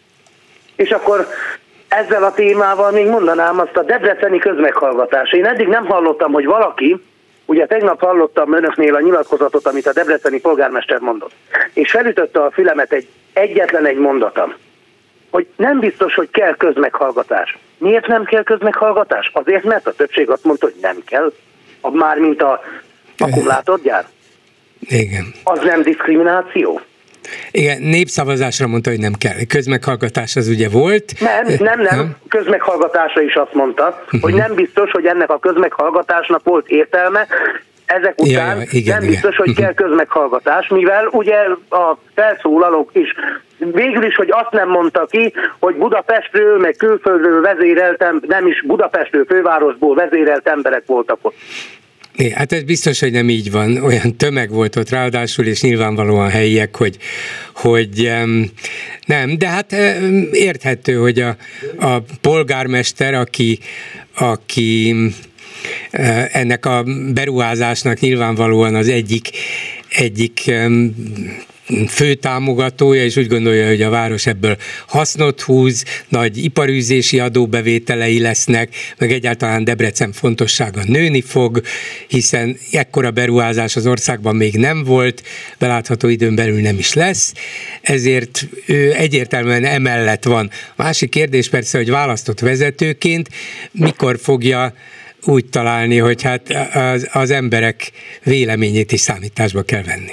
És akkor ezzel a témával még mondanám azt a debreceni közmeghallgatás. Én eddig nem hallottam, hogy valaki, ugye tegnap hallottam önöknél a nyilatkozatot, amit a debreceni polgármester mondott, és felütötte a fülemet egy egyetlen egy mondatom, hogy nem biztos, hogy kell közmeghallgatás. Miért nem kell közmeghallgatás? Azért, mert a többség azt mondta, hogy nem kell. Mármint a akkumulátorgyár. Igen. Az nem diszkrimináció? Igen, népszavazásra mondta, hogy nem kell. Közmeghallgatás az ugye volt. Nem, nem, nem. nem. Közmeghallgatásra is azt mondta, hogy nem biztos, hogy ennek a közmeghallgatásnak volt értelme. Ezek után ja, ja, igen, nem biztos, igen. hogy kell közmeghallgatás, mivel ugye a felszólalók is végül is, hogy azt nem mondta ki, hogy Budapestről, meg külföldről vezérelt, nem is Budapestről, fővárosból vezérelt emberek voltak ott. É, hát ez biztos, hogy nem így van. Olyan tömeg volt ott ráadásul, és nyilvánvalóan helyiek, hogy, hogy um, nem, de hát um, érthető, hogy a, a polgármester, aki, aki uh, ennek a beruházásnak nyilvánvalóan az egyik, egyik um, fő támogatója, és úgy gondolja, hogy a város ebből hasznot húz, nagy iparűzési adóbevételei lesznek, meg egyáltalán Debrecen fontossága nőni fog, hiszen ekkora beruházás az országban még nem volt, belátható időn belül nem is lesz, ezért ő egyértelműen emellett van. A másik kérdés persze, hogy választott vezetőként mikor fogja úgy találni, hogy hát az, az emberek véleményét is számításba kell venni.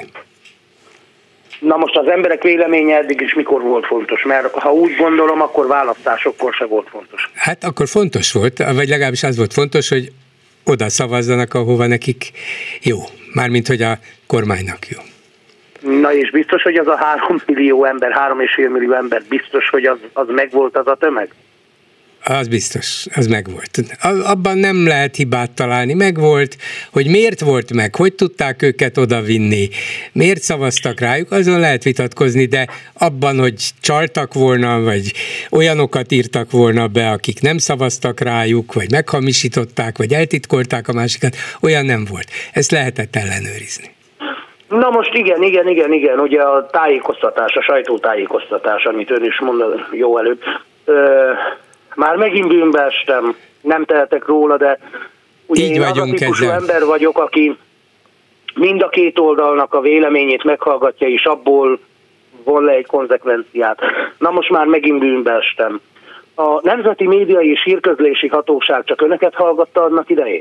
Na most az emberek véleménye eddig is mikor volt fontos? Mert ha úgy gondolom, akkor választásokkor se volt fontos. Hát akkor fontos volt, vagy legalábbis az volt fontos, hogy oda szavazzanak, ahova nekik jó. Mármint, hogy a kormánynak jó. Na és biztos, hogy az a három millió ember, három és fél millió ember, biztos, hogy az, az megvolt az a tömeg? Az biztos, az megvolt. Abban nem lehet hibát találni. Megvolt, hogy miért volt meg, hogy tudták őket odavinni, miért szavaztak rájuk, azon lehet vitatkozni, de abban, hogy csaltak volna, vagy olyanokat írtak volna be, akik nem szavaztak rájuk, vagy meghamisították, vagy eltitkolták a másikat, olyan nem volt. Ezt lehetett ellenőrizni. Na most igen, igen, igen, igen, ugye a tájékoztatás, a sajtótájékoztatás, amit ön is mondott jó előbb, Ö- Már megint bűnbe estem, nem tehetek róla, de ugye így én az a típusú ezzel. ember vagyok, aki mind a két oldalnak a véleményét meghallgatja, és abból von le egy konzekvenciát. Na most már megint bűnbe estem. A Nemzeti Médiai és Hírközlési Hatóság csak önöket hallgatta annak idején?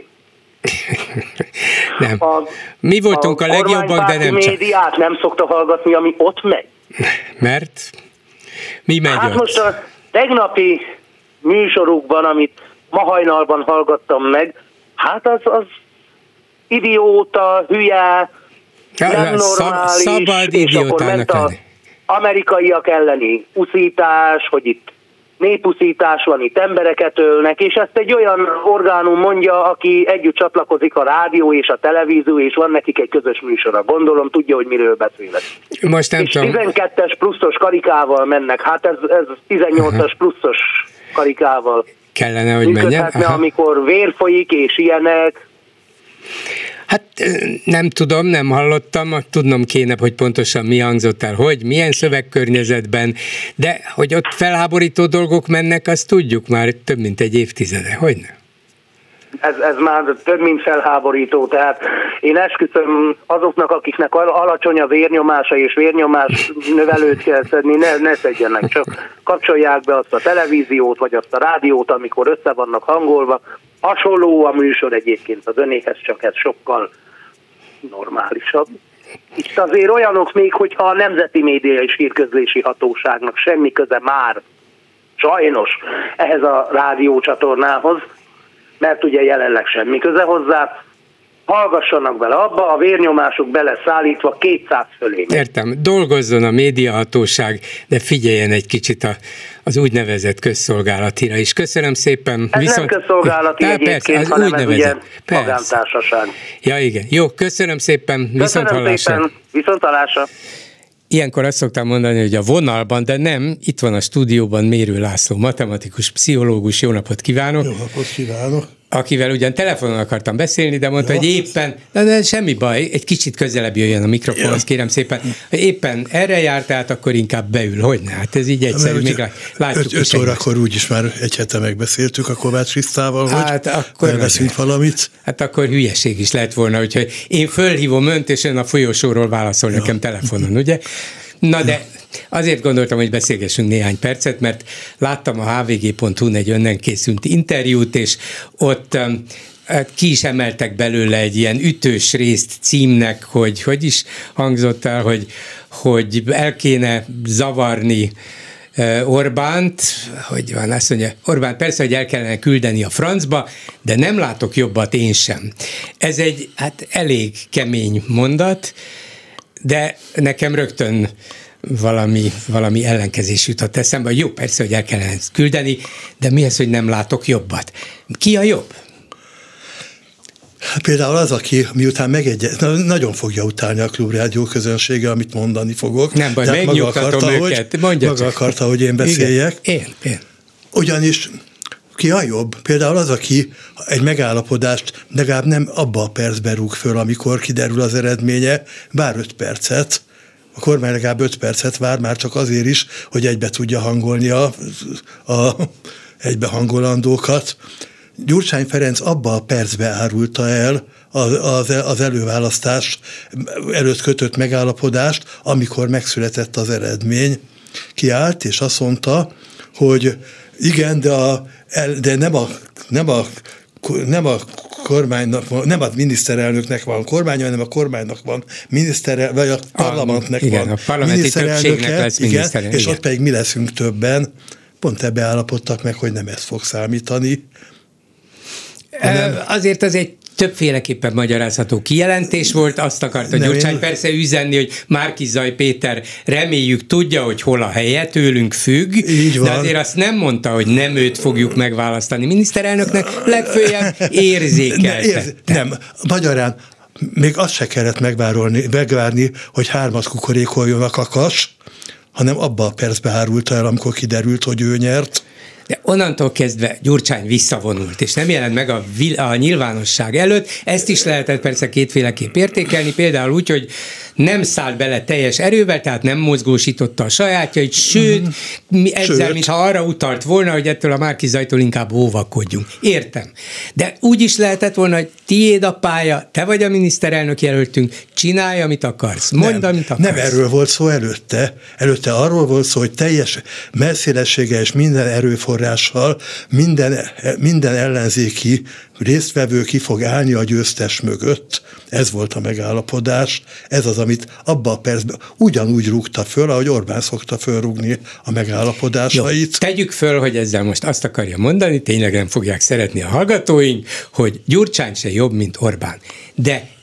Nem. A, Mi voltunk a, a legjobbak, de nem csak. A médiát nem szokta hallgatni, ami ott megy? Mert? Mi megy Hát ott? most a tegnapi műsorukban, amit ma hajnalban hallgattam meg, hát az, az idióta, hülye, nem normális, szabad és akkor ment az amerikaiak elleni uszítás, hogy itt néppusztítás van, itt embereket ölnek, és ezt egy olyan orgánum mondja, aki együtt csatlakozik a rádió és a televízió, és van nekik egy közös műsora. Gondolom, tudja, hogy miről beszélek. Most nem és tudom. tizenkettes pluszos karikával mennek, hát ez, ez tizennyolcas pluszos karikával kellene, hogy menjen. Amikor vér folyik és ilyenek. Hát nem tudom, nem hallottam, tudnom kéne, hogy pontosan mi hangzott el, hogy, milyen szövegkörnyezetben, de hogy ott felháborító dolgok mennek, azt tudjuk már több mint egy évtizede, hogy nem? Ez, ez már több mint felháborító, tehát én esküszöm azoknak, akiknek alacsony a vérnyomása és vérnyomás növelőt kell szedni, ne, ne szedjenek, csak kapcsolják be azt a televíziót, vagy azt a rádiót, amikor össze vannak hangolva. Hasonló a műsor egyébként az önéhez, csak ez sokkal normálisabb. Itt azért olyanok még, hogyha a Nemzeti Média és Hírközlési Hatóságnak semmi köze már sajnos ehhez a rádiócsatornához, mert ugye jelenleg semmi köze hozzá, hallgassanak bele abba, a vérnyomásuk beleszállítva kétszáz fölé. Értem, dolgozzon a médiahatóság, de figyeljen egy kicsit a, az úgynevezett közszolgálatira is. Köszönöm szépen. Ez Viszont... nem közszolgálati egyébként, persze, az hanem ez ugye magántársaság. Ja, igen. Jó, köszönöm szépen. Viszont köszönöm szépen. Viszonthallásra. Ilyenkor azt szoktam mondani, hogy a vonalban, de nem, itt van a stúdióban Mérő László, matematikus, pszichológus. Jó napot kívánok! Jó napot kívánok! Akivel ugyan telefonon akartam beszélni, de mondta, ja. hogy éppen, de, de semmi baj, egy kicsit közelebb jöjjön a mikrofonhoz, ja. kérem szépen. Ha éppen erre járt át, akkor inkább beül. Hogyne? Hát ez így egyszerű, még látjuk. Öt, öt órakor úgyis már egy hete megbeszéltük a Kovács Krisztával, hát, hogy elveszünk valamit. Hát akkor hülyeség is lett volna, úgyhogy én fölhívom önt, és ön a folyosóról válaszol ja. nekem telefonon, ugye? Na de azért gondoltam, hogy beszélgessünk néhány percet, mert láttam a há vé gé pont hu-n egy önnen készült interjút, és ott um, ki is emeltek belőle egy ilyen ütős részt címnek, hogy hogy is hangzott el, hogy, hogy el kéne zavarni Orbánt, hogy van, azt mondja, Orbán persze, hogy el kellene küldeni a francba, de nem látok jobbat én sem. Ez egy hát elég kemény mondat, de nekem rögtön valami, valami ellenkezés jutott eszembe, hogy jó, persze, hogy el kellene ezt küldeni, de mi az, hogy nem látok jobbat? Ki a jobb? Például az, aki miután megegyez, nagyon fogja utálni a Klubrádió közönsége, amit mondani fogok. Nem baj, megnyugtatom őket. Hogy, maga akarta, hogy én beszéljek. Igen, én, én. Ugyanis ki a jobb? Például az, aki egy megállapodást legalább nem abba a percben rúg föl, amikor kiderül az eredménye, bár öt percet, a kormány legalább öt percet vár, már csak azért is, hogy egybe tudja hangolni a, a egybehangolandókat. Gyurcsány Ferenc abba a percbe árulta el az, az, az előválasztás előtt kötött megállapodást, amikor megszületett az eredmény. Kiállt, és azt mondta, hogy igen, de, a, de nem, a, nem, a, nem a kormánynak, nem a miniszterelnöknek van kormánya, hanem a kormánynak van miniszterel, vagy a parlamentnek a, igen, van a parlamenti többségnek lesz miniszterelnök. És igen. Ott pedig mi leszünk többen. Pont ebbe állapodtak meg, hogy nem ez fog számítani. Hanem... Azért az egy többféleképpen magyarázható kijelentés volt, azt akarta Gyurcsány persze üzenni, hogy Márki-Zay Péter reméljük tudja, hogy hol a helye, tőlünk függ, de azért azt nem mondta, hogy nem őt fogjuk megválasztani miniszterelnöknek, legfőjebb érzékelte. Érz, nem, magyarán még azt se kellett megvárni, megvárni, hogy hármat kukorékoljon a kakas, hanem abba a percbe árulta el, amikor kiderült, hogy ő nyert. De onnantól kezdve Gyurcsány visszavonult, és nem jelent meg a, a nyilvánosság előtt. Ezt is lehetett persze kétféleképp értékelni, például úgy, hogy nem szállt bele teljes erővel, tehát nem mozgósította a sajátjait, sőt, mm-hmm. ezzel, sőt. mintha arra utalt volna, hogy ettől a Márki-Zaytól inkább óvakodjunk. Értem. De úgy is lehetett volna, hogy tiéd a pálya, te vagy a miniszterelnök jelöltünk, csinálj, amit akarsz, mondd, nem, amit akarsz. Nem erről volt szó előtte. Előtte arról volt szó, hogy teljes messzélességgel és minden erőforrással minden, minden ellenzéki résztvevő ki fog állni a győztes mögött. Ez volt a megállapodás, ez az, amit abban a percben ugyanúgy rúgta föl, ahogy Orbán szokta fölrúgni a megállapodásait. Jó, tegyük föl, hogy ezzel most azt akarja mondani, tényleg nem fogják szeretni a hallgatóink, hogy Gyurcsány se jobb, mint Orbán. De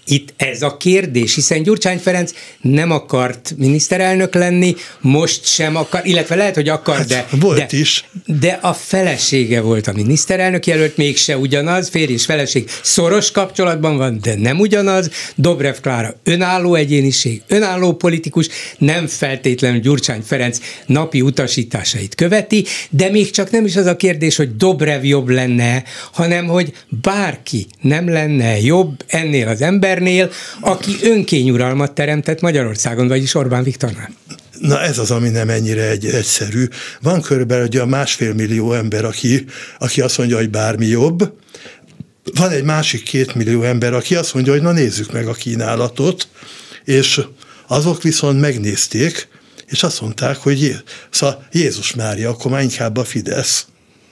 itt ez a kérdés, hiszen Gyurcsány Ferenc nem akart miniszterelnök lenni, most sem akar, illetve lehet, hogy akar, hát, de, volt de, is. de a felesége volt a miniszterelnök jelölt, mégse ugyanaz, férj és feleség szoros kapcsolatban van, de nem ugyanaz. Dobrev Klára önálló egyéniség, önálló politikus, nem feltétlenül Gyurcsány Ferenc napi utasításait követi, de még csak nem is az a kérdés, hogy Dobrev jobb lenne, hanem hogy bárki nem lenne jobb ennél az embernél, aki önkényuralmat teremtett Magyarországon, vagyis Orbán Viktornál. Na ez az, ami nem ennyire egy, egyszerű. Van körülbelül ugye a másfél millió ember, aki, aki azt mondja, hogy bármi jobb. Van egy másik két millió ember, aki azt mondja, hogy na nézzük meg a kínálatot, és azok viszont megnézték, és azt mondták, hogy Jé- szóval Jézus Mária, akkor már inkább a Fidesz.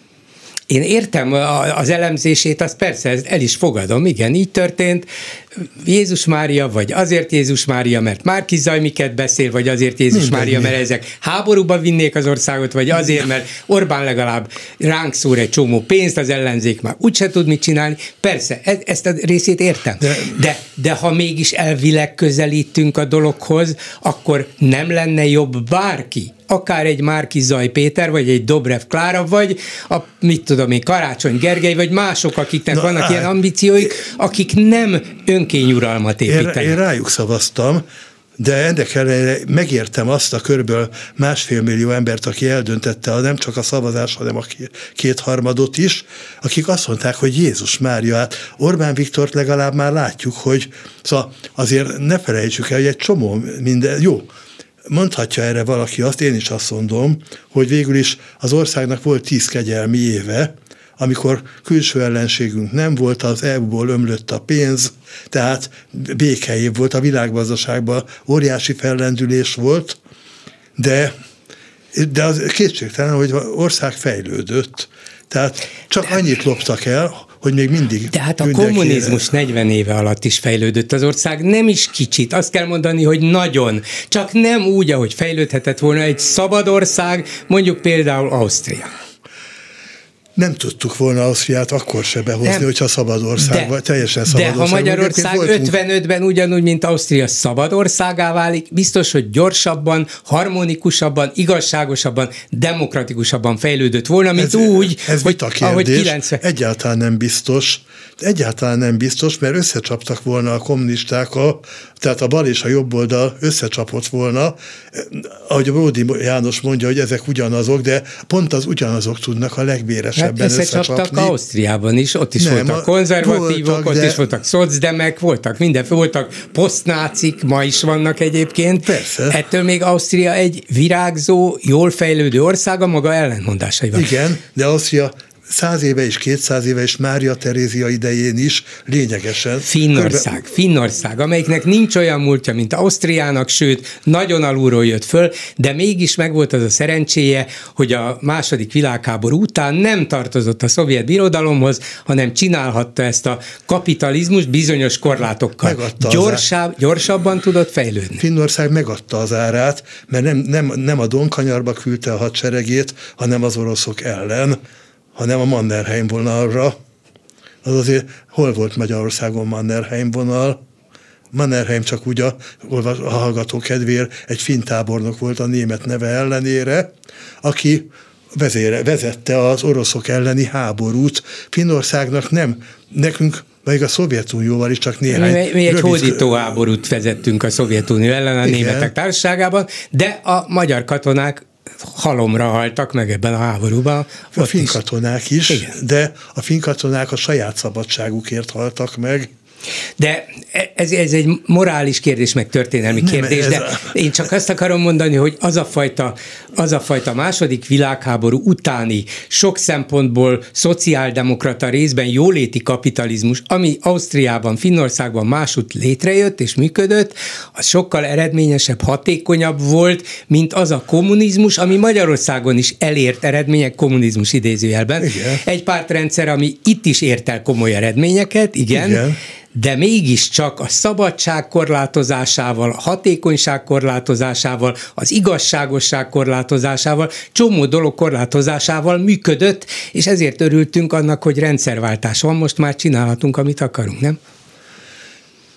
Én értem az elemzését, azt persze el is fogadom, igen, így történt. Jézus Mária, vagy azért Jézus Mária, mert Márki Zaj miket beszél, vagy azért Jézus Minden Mária, mert ezek háborúba vinnék az országot, vagy azért, mert Orbán legalább ránk szór egy csomó pénzt, az ellenzék már úgyse tud mit csinálni. Persze, e- ezt a részét értem. De, de, de ha mégis elvileg közelítünk a dologhoz, akkor nem lenne jobb bárki, akár egy Márki Zaj Péter, vagy egy Dobrev Klára, vagy a, mit tudom én, Karácsony Gergely, vagy mások, akiknek Na, vannak á, ilyen ambícióik, akik nem önkényuralmat építenek. Én, én rájuk szavaztam, de ennek ellenére megértem azt a körülbelül másfél millió embert, aki eldöntette a, nem csak a szavazás, hanem a kétharmadot is, akik azt mondták, hogy Jézus Mária, hát Orbán Viktort legalább már látjuk, hogy szóval azért ne felejtsük el, hogy egy csomó minden, jó, mondhatja erre valaki azt, én is azt mondom, hogy végül is az országnak volt tíz kegyelmi éve, amikor külső ellenségünk nem volt, az é u-ból ömlött a pénz, tehát békeév volt, a világgazdaságban óriási fellendülés volt, de, de az kétségtelen, hogy az ország fejlődött. Tehát csak annyit loptak el, hogy még mindig... Tehát a kommunizmus negyven éve alatt is fejlődött az ország, nem is kicsit, azt kell mondani, hogy nagyon, csak nem úgy, ahogy fejlődhetett volna egy szabad ország, mondjuk például Ausztria. Nem tudtuk volna Ausztriát akkor se behozni, nem, hogyha szabad ország, vagy teljesen szabad de ország. De ha Magyarország ötvenötben ugyanúgy, mint Ausztria szabad országá válik, biztos, hogy gyorsabban, harmonikusabban, igazságosabban, demokratikusabban fejlődött volna, mint ez, úgy, ez hogy ahogy kilencven... Egyáltalán nem biztos. Egyáltalán nem biztos, mert összecsaptak volna a kommunisták, a, tehát a bal és a jobb oldal összecsapott volna, ahogy Bródi János mondja, hogy ezek ugyanazok, de pont az ugyanazok tudnak a legvéresebben hát összecsapni. Összecsaptak Ausztriában is, ott is nem, voltak konzervatívok, voltak, ott de... is voltak szocdemek, voltak mindenféle, voltak posztnácik, ma is vannak egyébként. Persze. Ettől még Ausztria egy virágzó, jól fejlődő ország, a maga ellentmondásaival. Igen, de Ausztria száz éve és kétszáz éve és Mária Terézia idején is lényegesen. Finnország, Körbe... Finnország, amelyiknek nincs olyan múltja, mint Ausztriának, sőt, nagyon alulról jött föl, de mégis megvolt az a szerencséje, hogy a második világháború után nem tartozott a szovjet birodalomhoz, hanem csinálhatta ezt a kapitalizmus bizonyos korlátokkal. Gyorsább, gyorsabban tudott fejlődni. Finnország megadta az árát, mert nem, nem, nem a Donkanyarba küldte a hadseregét, hanem az oroszok ellen, hanem a Mannerheim vonalra. Az azért, hol volt Magyarországon Mannerheim vonal? Mannerheim csak úgy a, a hallgató kedvéért egy finn tábornok volt a német neve ellenére, aki vezére, vezette az oroszok elleni háborút. Finnországnak nem, nekünk még a Szovjetunióval is csak néhány... Mi, mi egy rövid... hódító háborút vezettünk a Szovjetunió ellen a Igen. németek társaságában, de a magyar katonák halomra haltak meg ebben a háborúban. A finn katonák is, is de a finn katonák a saját szabadságukért haltak meg. De ez, ez egy morális kérdés, meg történelmi Nem, kérdés, de a... én csak azt akarom mondani, hogy az a fajta, az a fajta második világháború utáni sok szempontból szociáldemokrata részben jóléti kapitalizmus, ami Ausztriában, Finnországban másút létrejött és működött, az sokkal eredményesebb, hatékonyabb volt, mint az a kommunizmus, ami Magyarországon is elért eredmények, kommunizmus idézőjelben. Igen. Egy pártrendszer, ami itt is ért el komoly eredményeket, igen, igen. de mégiscsak a szabadság korlátozásával, a hatékonyság korlátozásával, az igazságosság korlátozásával, csomó dolog korlátozásával működött, és ezért örültünk annak, hogy rendszerváltás van, most már csinálhatunk, amit akarunk, nem?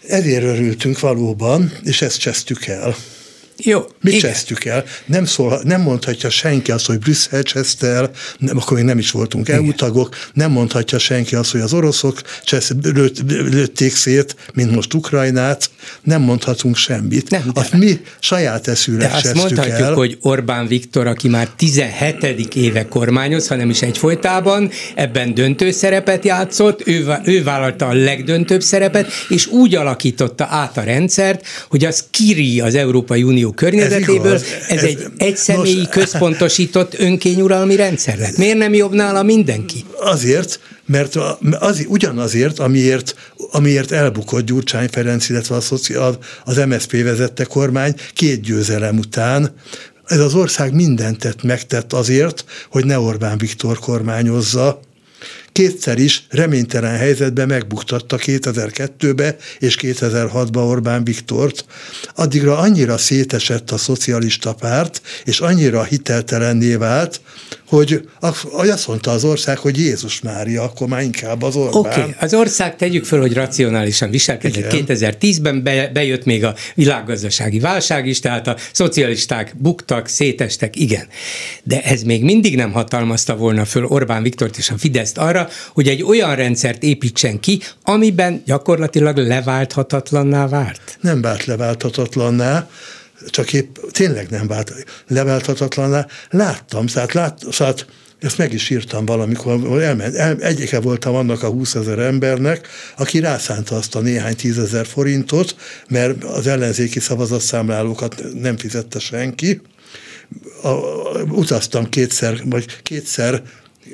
Ezért örültünk valóban, és ezt csesztük el. Jó, Mit csesztük el? Nem, szól, nem mondhatja senki azt, hogy Brüsszel cseszte el, nem, akkor még nem is voltunk é u tagok, nem mondhatja senki azt, hogy az oroszok csesz, lőtt, lőtték szét, mint most Ukrajnát, nem mondhatunk semmit. Nem, azt mi saját eszűre csesztük el. De azt mondhatjuk, el. hogy Orbán Viktor, aki már tizenhetedik éve kormányoz, hanem is egyfolytában, ebben döntő szerepet játszott, ő, ő vállalta a legdöntőbb szerepet, és úgy alakította át a rendszert, hogy az kiri az Európai Unió környezetéből, ez, ez, ez egy egyszemélyi most... központosított önkényuralmi rendszer lett. Miért nem jobb nála mindenki? Azért, mert az, ugyanazért, amiért, amiért elbukott Gyurcsány Ferenc, illetve az, az em es zé pé vezette kormány két győzelem után. Ez az ország mindent tett, megtett azért, hogy ne Orbán Viktor kormányozza. Kétszer is reménytelen helyzetben megbuktatta kétezer-kettőbe és kétezer-hatba Orbán Viktort. Addigra annyira szétesett a szocialista párt, és annyira hiteltelenné vált, hogy azt mondta az ország, hogy Jézus Mária, akkor már inkább az Orbán. Oké, okay. Az ország tegyük föl, hogy racionálisan viselkedett. Igen. kétezer-tízben be, bejött még a világgazdasági válság is, tehát a szocialisták buktak, szétestek, igen. De ez még mindig nem hatalmazta volna föl Orbán Viktort és a Fideszt arra, hogy egy olyan rendszert építsen ki, amiben gyakorlatilag leválthatatlanná vált. Nem vált leválthatatlanná, csak épp tényleg nem vált leválthatatlanná. Láttam, tehát, lát, tehát ezt meg is írtam valamikor, elment, el, egyike voltam annak a húszezer embernek, aki rászánta azt a néhány tízezer forintot, mert az ellenzéki szavazatszámlálókat nem fizette senki. A, a, utaztam kétszer, vagy kétszer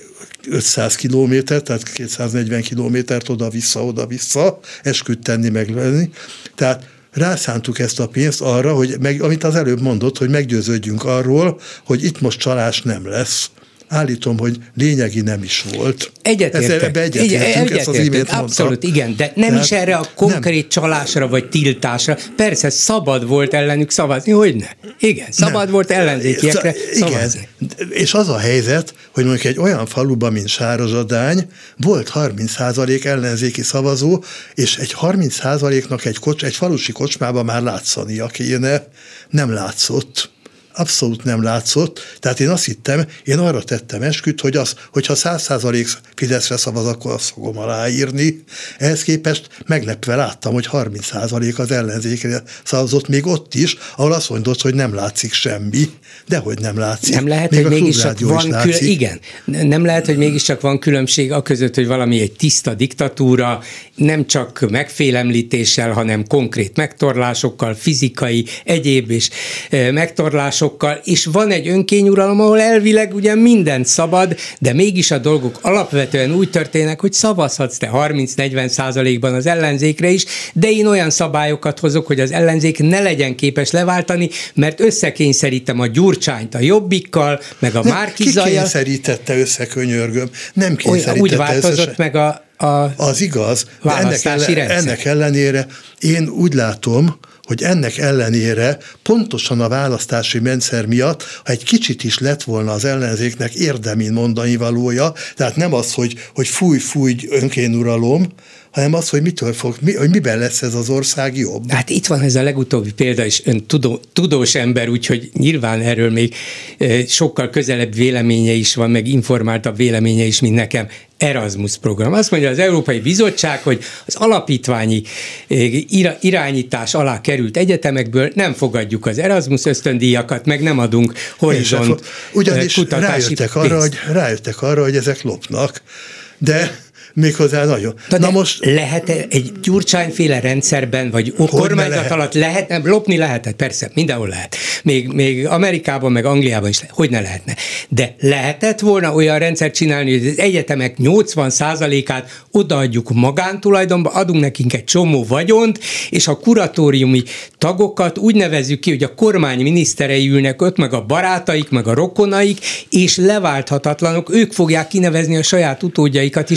ötszáz kilométer, tehát kétszáznegyven kilométert oda-vissza, oda-vissza, esküdt tenni, megvenni. Tehát rászántuk ezt a pénzt arra, hogy meg, amit az előbb mondott, hogy meggyőződjünk arról, hogy itt most csalás nem lesz. Állítom, hogy lényegi nem is volt. Egyetértek. Ebbe egyetértünk, ezt az imént abszolút, igen, de nem Tehát is erre a konkrét nem. csalásra vagy tiltásra. Persze szabad volt ellenük szavazni, hogy ne? Igen, szabad nem. volt ellenzékiekre szavazni. Igen. És az a helyzet, hogy mondjuk egy olyan faluban, mint Sározadány, volt harminc százalék ellenzéki szavazó, és egy harminc százaléknak egy, kocs, egy falusi kocsmában már látszania kéne, nem látszott. Abszolút nem látszott, tehát én azt hittem, én arra tettem esküt, hogy az, hogyha száz százalék Fideszre szavaz, akkor azt fogom aláírni. Ehhez képest meglepve láttam, hogy harminc százalék az ellenzékre szavazott még ott is, ahol azt mondott, hogy nem látszik semmi. Dehogy nem látszik. Nem lehet, még hogy mégiscsak van külön, igen, nem lehet, hogy mégiscsak van különbség a között, hogy valami egy tiszta diktatúra, nem csak megfélemlítéssel, hanem konkrét megtorlásokkal, fizikai, egyéb és megtorlásokkal, és van egy önkényuralom, ahol elvileg ugye mindent szabad, de mégis a dolgok alapvetően úgy történnek, hogy szavazhatsz te harminc-negyven százalékban az ellenzékre is, de én olyan szabályokat hozok, hogy az ellenzék ne legyen képes leváltani, mert összekényszerítem a Gyurcsányt a Jobbikkal, meg a Márki-Zajjal. Ki kényszerítette össze, könyörgöm? Nem kényszerítette úgy változott össze. meg a, a Az igaz, de ennek, ellen, ennek ellenére én úgy látom, hogy ennek ellenére pontosan a választási rendszer miatt, ha egy kicsit is lett volna az ellenzéknek érdemi mondani valója, tehát nem az, hogy, hogy fúj, fúj, önkényuralom, hanem az, hogy mitől fog, mi, hogy miben lesz ez az ország jobb. Hát itt van ez a legutóbbi példa, és ön tudó, tudós ember, úgyhogy nyilván erről még e, sokkal közelebb véleménye is van, meg informáltabb véleménye is, mint nekem. Erasmus program. Azt mondja az Európai Bizottság, hogy az alapítványi irányítás alá került egyetemekből nem fogadjuk az Erasmus ösztöndíjakat, meg nem adunk Horizont Ugyanis kutatási rájöttek arra, hogy, rájöttek arra, hogy ezek lopnak, de méghozzá nagyon. Na, Na most lehet egy Gyurcsányféle rendszerben, vagy kormányzat lehet? alatt lehetne, lopni lehetett, persze, mindenhol lehet. Még, még Amerikában, meg Angliában is lehet, hogy ne lehetne. De lehetett volna olyan rendszert csinálni, hogy az egyetemek nyolcvan százalékát odaadjuk magántulajdonba, adunk nekünk egy csomó vagyont, és a kuratóriumi tagokat úgy nevezzük ki, hogy a kormány miniszterei ülnek ott, meg a barátaik, meg a rokonaik, és leválthatatlanok, ők fogják kinevezni a saját utódjaikat is. Az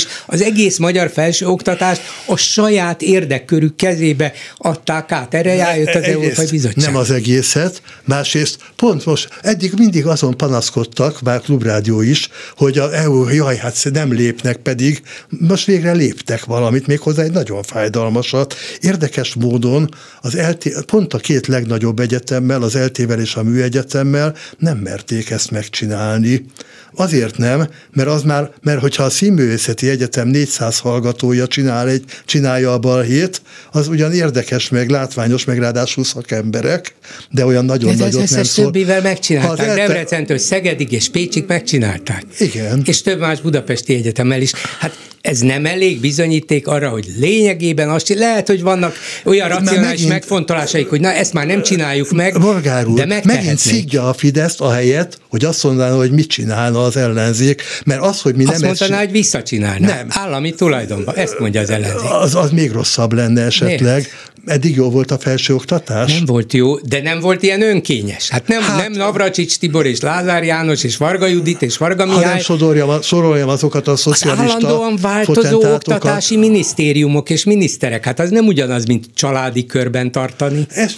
egész magyar felsőoktatást a saját érdekkörük kezébe adták át. Erre rájött az Egyrészt Európai Bizottság. Nem az egészet, másrészt pont most eddig mindig azon panaszkodtak, bár Klubrádió is, hogy a é u, jaj, hát nem lépnek, pedig most végre léptek valamit, méghozzá egy nagyon fájdalmasat. Érdekes módon az el té, pont a két legnagyobb egyetemmel, az el té-vel és a Műegyetemmel nem merték ezt megcsinálni. Azért nem, mert az már, mert hogyha a Színművészeti Egyetem négyszáz hallgatója csinál egy, csinálja a balhét, az ugyan érdekes, meg látványos, meg ráadásul szakemberek, de olyan nagyon de nagyot ez nem szól. többivel megcsinálták. Elte... Debrecentől Szegedig és Pécsig megcsinálták. Igen. És több más budapesti egyetemmel is. Hát ez nem elég bizonyíték arra, hogy lényegében azt lehet, hogy vannak olyan racionális megint... megfontolásaik, hogy na ezt már nem csináljuk meg, Bolgár úr, de megtehetnék. Megint szidja a Fideszt ahelyett, hogy azt mondaná, hogy mit csinálna az ellenzék, mert az, hogy mi azt nem... Azt mondaná, hogy visszacsinálná. Nem. Állami tulajdonban. Ezt mondja az ellenzék. Az, az még rosszabb lenne esetleg. Miért? Eddig jó volt a felsőoktatás? Nem volt jó, de nem volt ilyen önkényes. Hát nem, hát, nem Navracsics Tibor és Lázár János és Varga Judit és Varga Mihály. Ha nem soroljam, soroljam azokat a szocialista az állandóan változó oktatási minisztériumok és miniszterek. Hát az nem ugyanaz, mint családi körben tartani. Ez,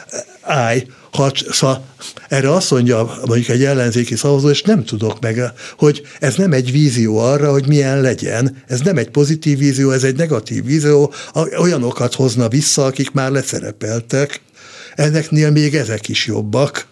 állj, ha, ha erre azt mondja mondjuk egy ellenzéki szavazó, és nem tudok meg, hogy ez nem egy vízió arra, hogy milyen legyen. Ez nem egy pozitív vízió, ez egy negatív vízió. Olyanokat hozna vissza, akik már leszerepeltek. Enneknél még ezek is jobbak.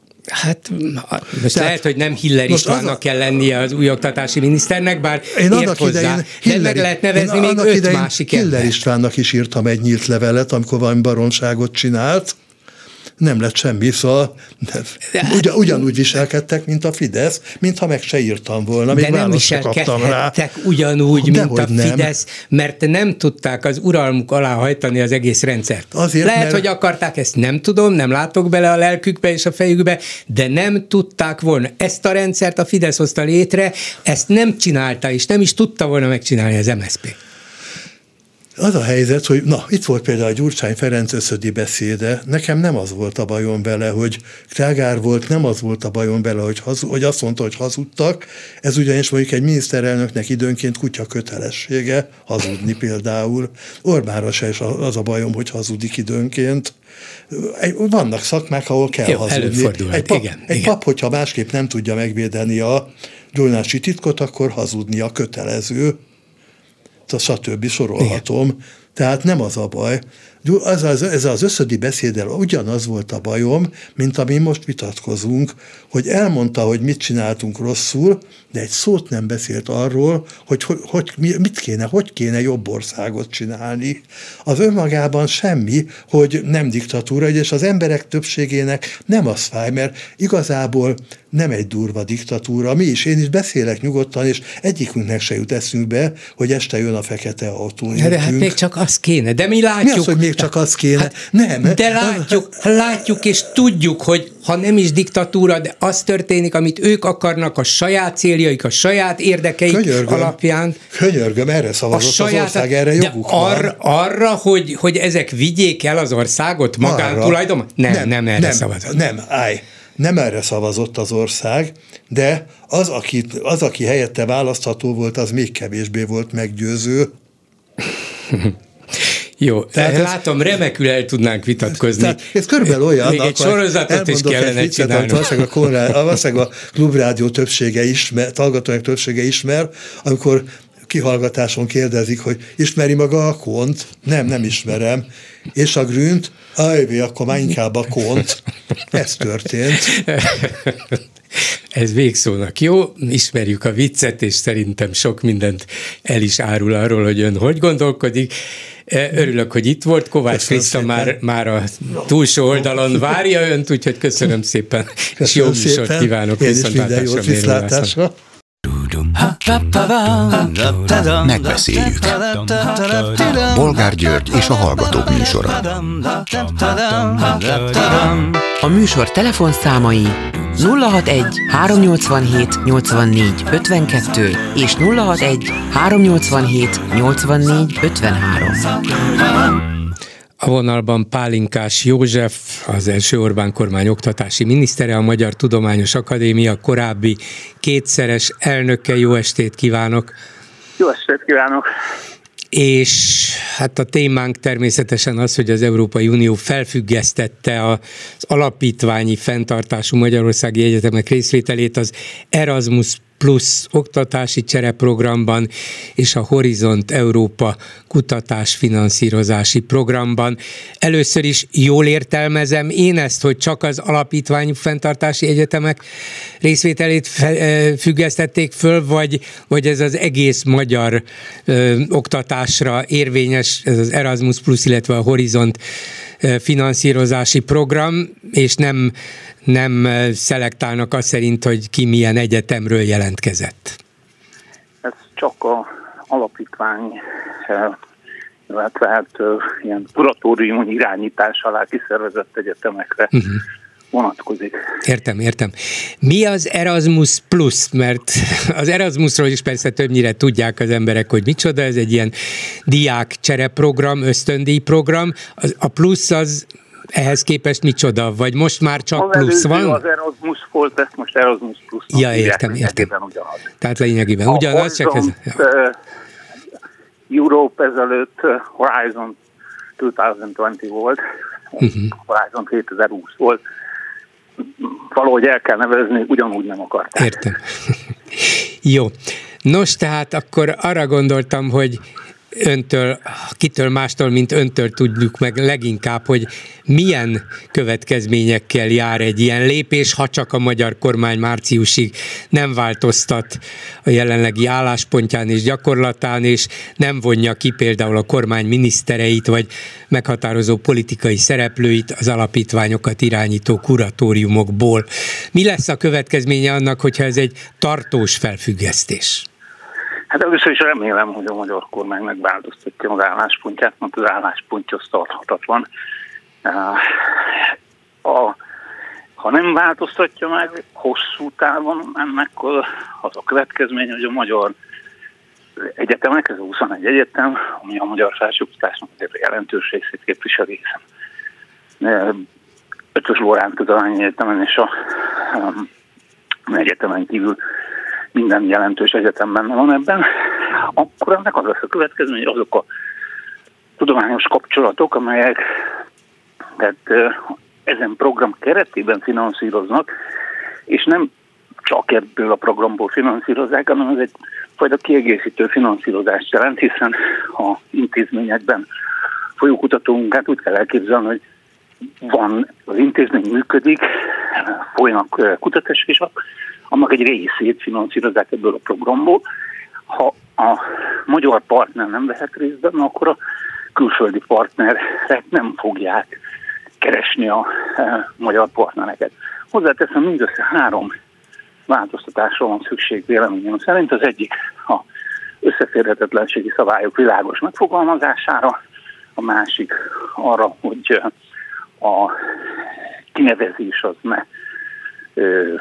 Hát most Tehát, lehet, hogy nem Hiller Istvánnak a... kell lennie az új oktatási miniszternek, bár én ért hozzá, idején, Hillary, de meg lehet nevezni még öt másik Hiller embert. Istvánnak is írtam egy nyílt levelet, amikor valami baromságot csinált, nem lett semmi, szóval ugyan, ugyanúgy viselkedtek, mint a Fidesz, mintha meg se írtam volna. De nem viselkedtek ugyanúgy, de mint a Fidesz, nem. Mert nem tudták az uralmuk alá hajtani az egész rendszert. Azért, Lehet, mert... hogy akarták, ezt nem tudom, nem látok bele a lelkükbe és a fejükbe, de nem tudták volna. Ezt a rendszert a Fidesz hozta létre, ezt nem csinálta, és nem is tudta volna megcsinálni az em es zé pé. Az a helyzet, hogy na, itt volt például a Gyurcsány Ferenc összödi beszéde, nekem nem az volt a bajom vele, hogy trágár volt, nem az volt a bajom vele, hogy, hazu, hogy azt mondta, hogy hazudtak, ez ugyanis mondjuk egy miniszterelnöknek időnként kutya kötelessége hazudni például. Orbánra se is az a bajom, hogy hazudik időnként. Vannak szakmák, ahol kell Jó, hazudni. Egy pap, igen, egy igen. pap, hogyha másképp nem tudja megvédeni a gyógyási titkot, akkor hazudnia kötelező. Stb. Sorolhatom. Igen. Tehát nem az a baj. Az az, ez az összödi beszéddel ugyanaz volt a bajom, mint amin most vitatkozunk, hogy elmondta, hogy mit csináltunk rosszul, de egy szót nem beszélt arról, hogy, hogy, hogy mit kéne, hogy kéne jobb országot csinálni. Az önmagában semmi, hogy nem diktatúra, és az emberek többségének nem az fáj, mert igazából nem egy durva diktatúra. Mi is, én is beszélek nyugodtan, és egyikünknek se jut eszünkbe, hogy este jön a fekete autó. De hát még csak az kéne, de mi látjuk. Mi az, hogy még csak az kéne? Hát, nem. De látjuk, látjuk és tudjuk, hogy ha nem is diktatúra, de az történik, amit ők akarnak, a saját céljaik, a saját érdekeik könyörgöm, alapján. Könyörgöm, erre szavazott saját, az ország, erre joguk arra, van. Arra, hogy, hogy ezek vigyék el az országot magántulajdonban? Nem, nem, nem erre nem, szavazott. Nem, állj. Nem erre szavazott az ország, de az aki, az, aki helyette választható volt, az még kevésbé volt meggyőző. Jó, tehát látom, ez, remekül el tudnánk vitatkozni. Tehát ez körülbelül olyan, még egy sorozatot is kellene csinálni. Valószínűleg a, valószínűleg a Klubrádió többsége ismer, hallgatónak többsége ismer, amikor kihallgatáson kérdezik, hogy ismeri maga a Kont? Nem, nem ismerem. És a Grünt? Ajvé, akkor már inkább a Kont. Ez történt. Ez végszónak jó, ismerjük a viccet, és szerintem sok mindent el is árul arról, hogy ön hogy gondolkodik. Örülök, hogy itt volt, Kovács Kriszta már, már a túlsó oldalon várja önt, úgyhogy köszönöm szépen, köszönöm és jó műsort kívánok. Én is minden jót, viszlátásra. Megbeszéljük. Bolgár György és a Hallgatók műsora. A műsor telefonszámai nulla hatvanegy háromnyolcvanhét nyolcvannégy ötvenkettő és nulla hatvanegy háromnyolcvanhét nyolcvannégy ötvenhárom. A vonalban Pálinkás József, az első Orbán kormány oktatási minisztere, a Magyar Tudományos Akadémia korábbi kétszeres elnöke. Jó estét kívánok! Jó estét kívánok! És hát a témánk természetesen az, hogy az Európai Unió felfüggesztette az alapítványi fenntartású magyarországi egyetemek részvételét az Erasmus Plus oktatási csereprogramban és a Horizont Európa kutatásfinanszírozási programban. Először is jól értelmezem én ezt, hogy csak az alapítványú fenntartási egyetemek részvételét fe, függesztették föl, vagy, vagy ez az egész magyar ö, oktatásra érvényes, ez az Erasmus Plus, illetve a Horizont finanszírozási program, és nem, nem szelektálnak azt szerint, hogy ki milyen egyetemről jelentkezett. Ez csak az alapítvány, illetve hát ilyen kuratórium irányítás alá kiszervezett egyetemekre uh-huh. vonatkozik. Értem, értem. Mi az Erasmus Plus? Mert az Erasmusról is persze többnyire tudják az emberek, hogy micsoda, ez egy ilyen diák csereprogram, ösztöndíjprogram. A plusz az ehhez képest micsoda? Vagy most már csak az plusz van? Az Erasmus volt, ezt most Erasmus Plus. Ja, értem, értem. Ugyanaz. Tehát lényegében ugyanaz, csak ez... Ja. Europe ezelőtt Horizon kétezer-húsz volt, uh-huh. Horizon kétezer-húsz volt. Valahogy el kell nevezni, ugyanúgy nem akarták. Értem. Jó. Nos, tehát akkor arra gondoltam, hogy öntől, kitől mástól, mint öntől tudjuk meg leginkább, hogy milyen következményekkel jár egy ilyen lépés, ha csak a magyar kormány márciusig nem változtat a jelenlegi álláspontján és gyakorlatán, és nem vonja ki például a kormány minisztereit, vagy meghatározó politikai szereplőit az alapítványokat irányító kuratóriumokból. Mi lesz a következménye annak, hogyha ez egy tartós felfüggesztés? Hát először is remélem, hogy a magyar kormány megváltoztatja az álláspontját, mert az álláspontja az tarthatatlan. A, ha nem változtatja meg hosszú távon, ennek az a következmény, hogy a magyar egyetemek, ez a huszonegy egyetem, ami a magyar felsőoktatásnak jelentős részét képviseli, hiszen Ötvös Loránd Tudományi Egyetemen és a um, egyetemen kívül minden jelentős egyetemben van ebben, akkor ennek az lesz a következmény, hogy azok a tudományos kapcsolatok, amelyek tehát, ezen program keretében finanszíroznak, és nem csak ebből a programból finanszírozzák, hanem ez egy fajta kiegészítő finanszírozást jelent, hiszen a intézményekben folyó kutatómunkát úgy kell elképzelni, hogy van, az intézmény működik, folynak kutatások, annak egy részét finanszírozzák ebből a programból. Ha a magyar partner nem vehet részt benne, akkor a külföldi partnerek nem fogják keresni a e, magyar partnereket. Hozzáteszem, mindössze három változtatásra van szükség véleményem szerint. Az egyik a összeférhetetlenségi szabályok világos megfogalmazására, a másik arra, hogy a kinevezés az ne ö,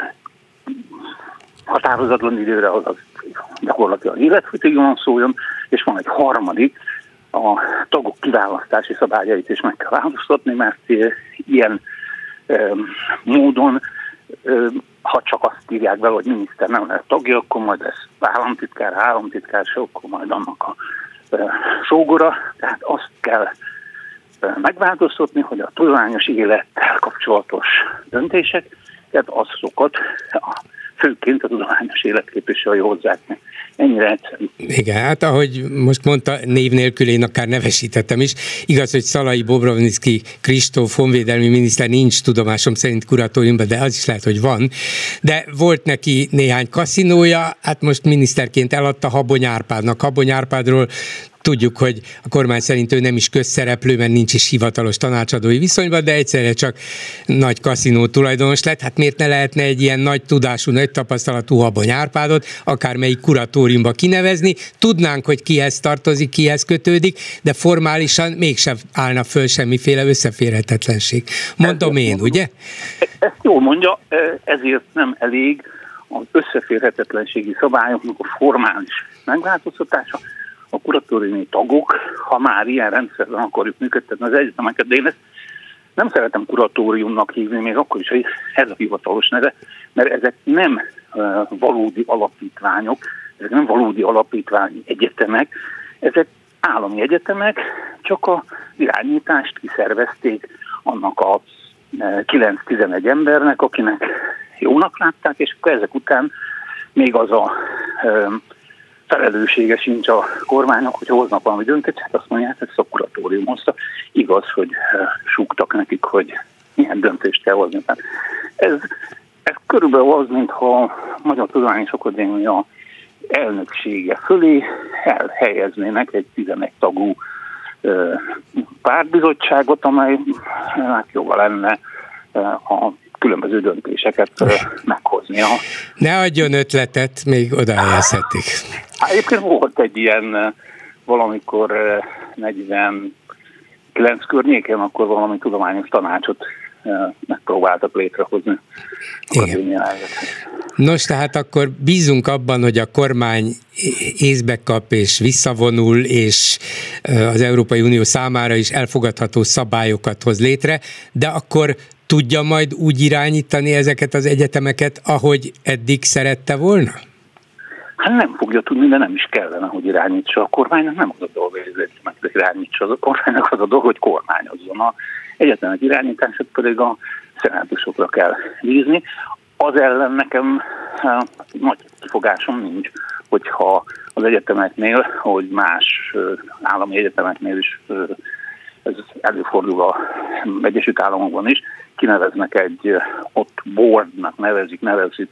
határozatlan időre, azaz gyakorlatilag életfogytiglan szóljon, és van egy harmadik, a tagok kiválasztási szabályait is meg kell változtatni, mert ilyen ö, módon, ö, ha csak azt írják be, hogy miniszter nem lehet tagja, akkor majd ez államtitkár, államtitkár, se akkor majd annak a ö, sógora, tehát azt kell ö, megváltoztatni, hogy a tudományos élettel kapcsolatos döntések, tehát azokat a főként a tudományos életképviselői hozzák meg. Ennyire egyszerű. Igen, hát ahogy most mondta, név nélkül én akár nevesítettem is. Igaz, hogy Szalai Bobrovnicki Kristóf honvédelmi miniszter nincs tudomásom szerint kuratóriumban, de az is lehet, hogy van. De volt neki néhány kaszinója, hát most miniszterként eladta Habony Árpádnak. Habony Árpádról tudjuk, hogy a kormány szerint ő nem is közszereplő, mert nincs is hivatalos tanácsadói viszonyban, de egyszerre csak nagy kaszinó tulajdonos lett. Hát miért ne lehetne egy ilyen nagy tudású, nagy tapasztalatú Habony Árpádot akármelyik kuratóriumba kinevezni? Tudnánk, hogy kihez tartozik, kihez kötődik, de formálisan mégsem állna föl semmiféle összeférhetetlenség. Mondom én, ugye? Ezt jól mondja, ezért nem elég az összeférhetetlenségi szabályoknak a formális megváltoztatása. A kuratóriumi tagok, ha már ilyen rendszerben akarjuk működtetni az egyetemeket, de én ezt nem szeretem kuratóriumnak hívni, még akkor is, hogy ez a hivatalos neve, mert ezek nem uh, valódi alapítványok, ezek nem valódi alapítványi egyetemek, ezek állami egyetemek, csak a irányítást kiszervezték annak a kilenc-tizenegy embernek, akinek jónak látták, és akkor ezek után még az a felelőssége sincs a kormánynak, hogy hoznak valami döntést, hát azt mondják, hogy ez a kuratórium hozta. Igaz, hogy súgtak nekik, hogy milyen döntést kell hozni. Ez, ez körülbelül az, mintha a Magyar Tudományos Akadémia elnöksége fölé elhelyeznének egy tizenegy tagú pártbizottságot, amely hát jóval lenne a különböző döntéseket meghoznia. Ne adjon ötletet, még oda helyezhetik. Egyébként volt egy ilyen valamikor negyvenkilenc környéken, akkor valami tudományos tanácsot megpróbáltak létrehozni. Nos, tehát akkor bízunk abban, hogy a kormány észbe kap és visszavonul, és az Európai Unió számára is elfogadható szabályokat hoz létre, de akkor tudja majd úgy irányítani ezeket az egyetemeket, ahogy eddig szerette volna? Hát nem fogja tudni, de nem is kellene, hogy irányítsa. A kormánynak nem az a dolga, hogy az egyetemeket irányítsa. A kormánynak az a dolga, hogy kormányozzon. A egyetemek irányítását pedig a szenátusokra kell bízni. Az ellen nekem hát, nagy kifogásom nincs, hogyha az egyetemeknél, hogy más állami egyetemeknél is ez előfordul az Egyesült Államokban is, kineveznek egy, ott boardnak nevezik, nevezik